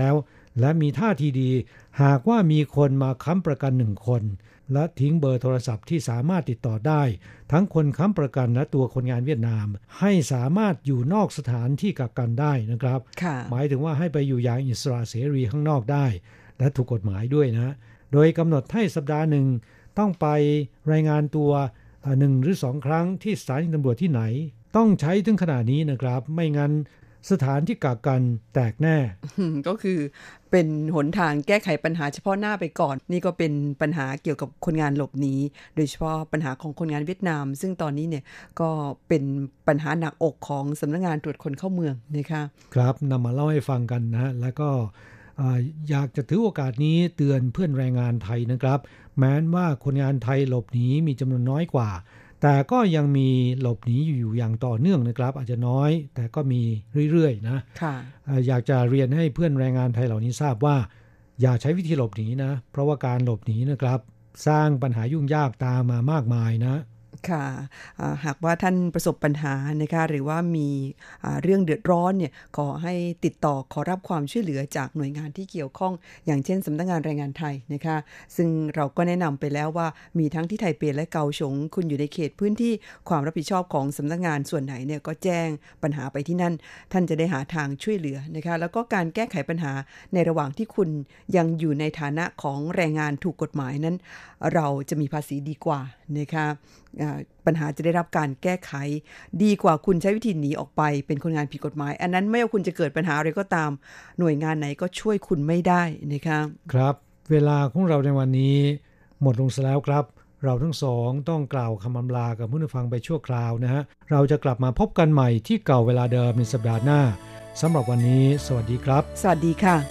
และมีท่าทีดีหากว่ามีคนมาค้ำประกันหนึ่งคนและทิ้งเบอร์โทรศัพท์ที่สามารถติดต่อได้ทั้งคนค้ำประกันและตัวคนงานเวียดนามให้สามารถอยู่นอกสถานที่กักกันได้นะครับหมายถึงว่าให้ไปอยู่อย่างอิสระเสรีข้างนอกได้และถูกกฎหมายด้วยนะโดยกำหนดให้สัปดาห์หนึ่งต้องไปรายงานตัวหนึ่งหรือสองครั้งที่สถานีตำรวจที่ไหนต้องใช้ถึงขนาดนี้นะครับไม่งั้นสถานที่กักกันแตกแน่ก็คือเป็นหนทางแก้ไขปัญหาเฉพาะหน้าไปก่อนนี่ก็เป็นปัญหาเกี่ยวกับคนงานหลบหนีโดยเฉพาะปัญหาของคนงานเวียดนามซึ่งตอนนี้เนี่ยก็เป็นปัญหาหนักอกของสำนักงานตรวจคนเข้าเมืองนะคะครับนำมาเล่าให้ฟังกันนะแล้วก็อยากจะถือโอกาสนี้เตือนเพื่อนแรงงานไทยนะครับแม้ว่าคนงานไทยหลบหนีมีจำนวนน้อยกว่าแต่ก็ยังมีหลบหนีอยู่อย่างต่อเนื่องนะครับอาจจะน้อยแต่ก็มีเรื่อยๆนะอยากจะเรียนให้เพื่อนแรงงานไทยเหล่านี้ทราบว่าอย่าใช้วิธีหลบหนีนะเพราะว่าการหลบหนีนะครับสร้างปัญหายุ่งยากตามมามากมายนะค่ะหากว่าท่านประสบปัญหานะคะหรือว่ามีเรื่องเดือดร้อนเนี่ยขอให้ติดต่อขอรับความช่วยเหลือจากหน่วยงานที่เกี่ยวข้องอย่างเช่นสำนักงานแรงงานไทยนะคะซึ่งเราก็แนะนำไปแล้วว่ามีทั้งที่ไทเปและเกาฉงคุณอยู่ในเขตพื้นที่ความรับผิดชอบของสำนักงานส่วนไหนเนี่ยก็แจ้งปัญหาไปที่นั่นท่านจะได้หาทางช่วยเหลือนะคะแล้วก็การแก้ไขปัญหาในระหว่างที่คุณยังอยู่ในฐานะของแรงงานถูกกฎหมายนั้นเราจะมีภาษีดีกว่านะคะปัญหาจะได้รับการแก้ไขดีกว่าคุณใช้วิธีหนีออกไปเป็นคนงานผิดกฎหมายอันนั้นไม่ว่าคุณจะเกิดปัญหาอะไรก็ตามหน่วยงานไหนก็ช่วยคุณไม่ได้นะคะครับเวลาของเราในวันนี้หมดลงแล้วครับเราทั้งสองต้องกล่าวคำอำลากับผู้ฟังไปชั่วคราวนะฮะเราจะกลับมาพบกันใหม่ที่เก่าเวลาเดิมในสัปดาห์หน้าสำหรับวันนี้สวัสดีครับสวัสดีค่ะ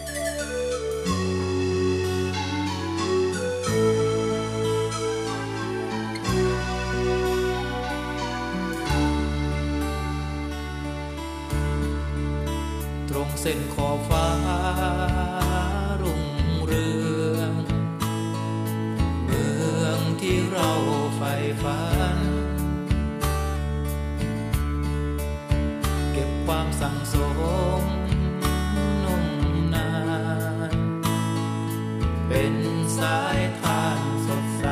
เส้นขอบฟ้ารุ่งเรืองเมืองที่เราใฝ่ฝันเก็บความสั่งสมนุ่มนานเป็นสายทานสดใส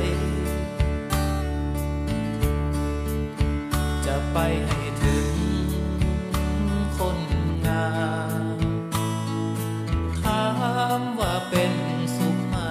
จะไปให้ถึงคนงามถามว่าเป็นสุขไหม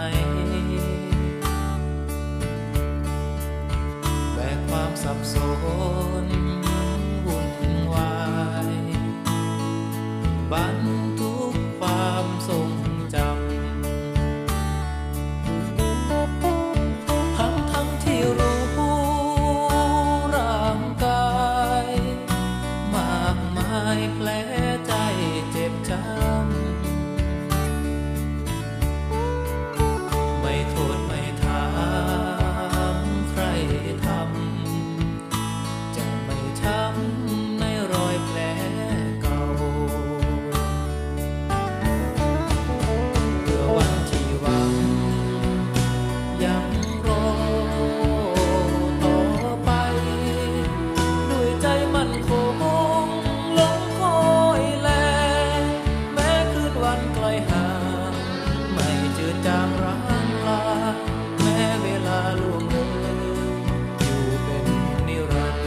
แบกความสับสนวุ่นวายบันทุกความทรงจำทั้งทั้งที่รู้ร่างกายมากมายแผลใจเจ็บช้ำไม่โทษไม่ถามใครทำจะไม่ช้ำในรอยแผลเก่าเพื่อวันที่หวังยังรอต่อไปด้วยใจมั่นคงลงคอยแลแม้คืนวันไกลห่างไม่เจือจางร้างลาแม้เวลาล่วงเลยอยู่เป็นนิรันดร์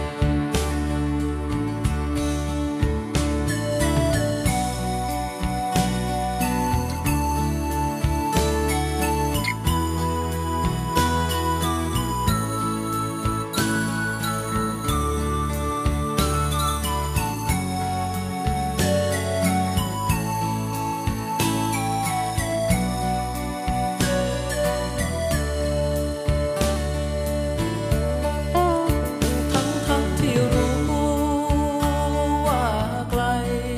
ทั้งๆที่รู้ว่าไกล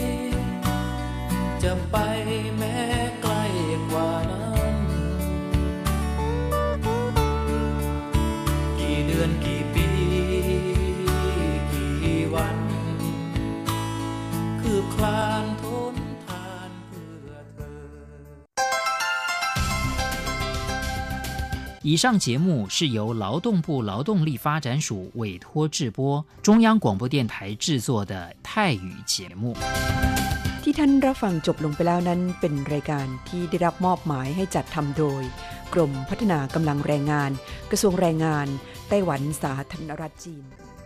จะไปแม้ไกลกว่านั้นกี่เดือนกี่ปีกี่วันคืบคลานทนทานเพื่อเธอ以上节目是由劳动部劳动力发展署委托制播，中央广播电台制作的泰语节目。 ที่ท่านรับฟังจบลงไปแล้วนั้นเป็นรายการที่ได้รับมอบหมายให้จัดทำโดยกรมพัฒนากำลังแรงงานกระทรวงแรงงานไต้หวันสาธารณรัฐจีน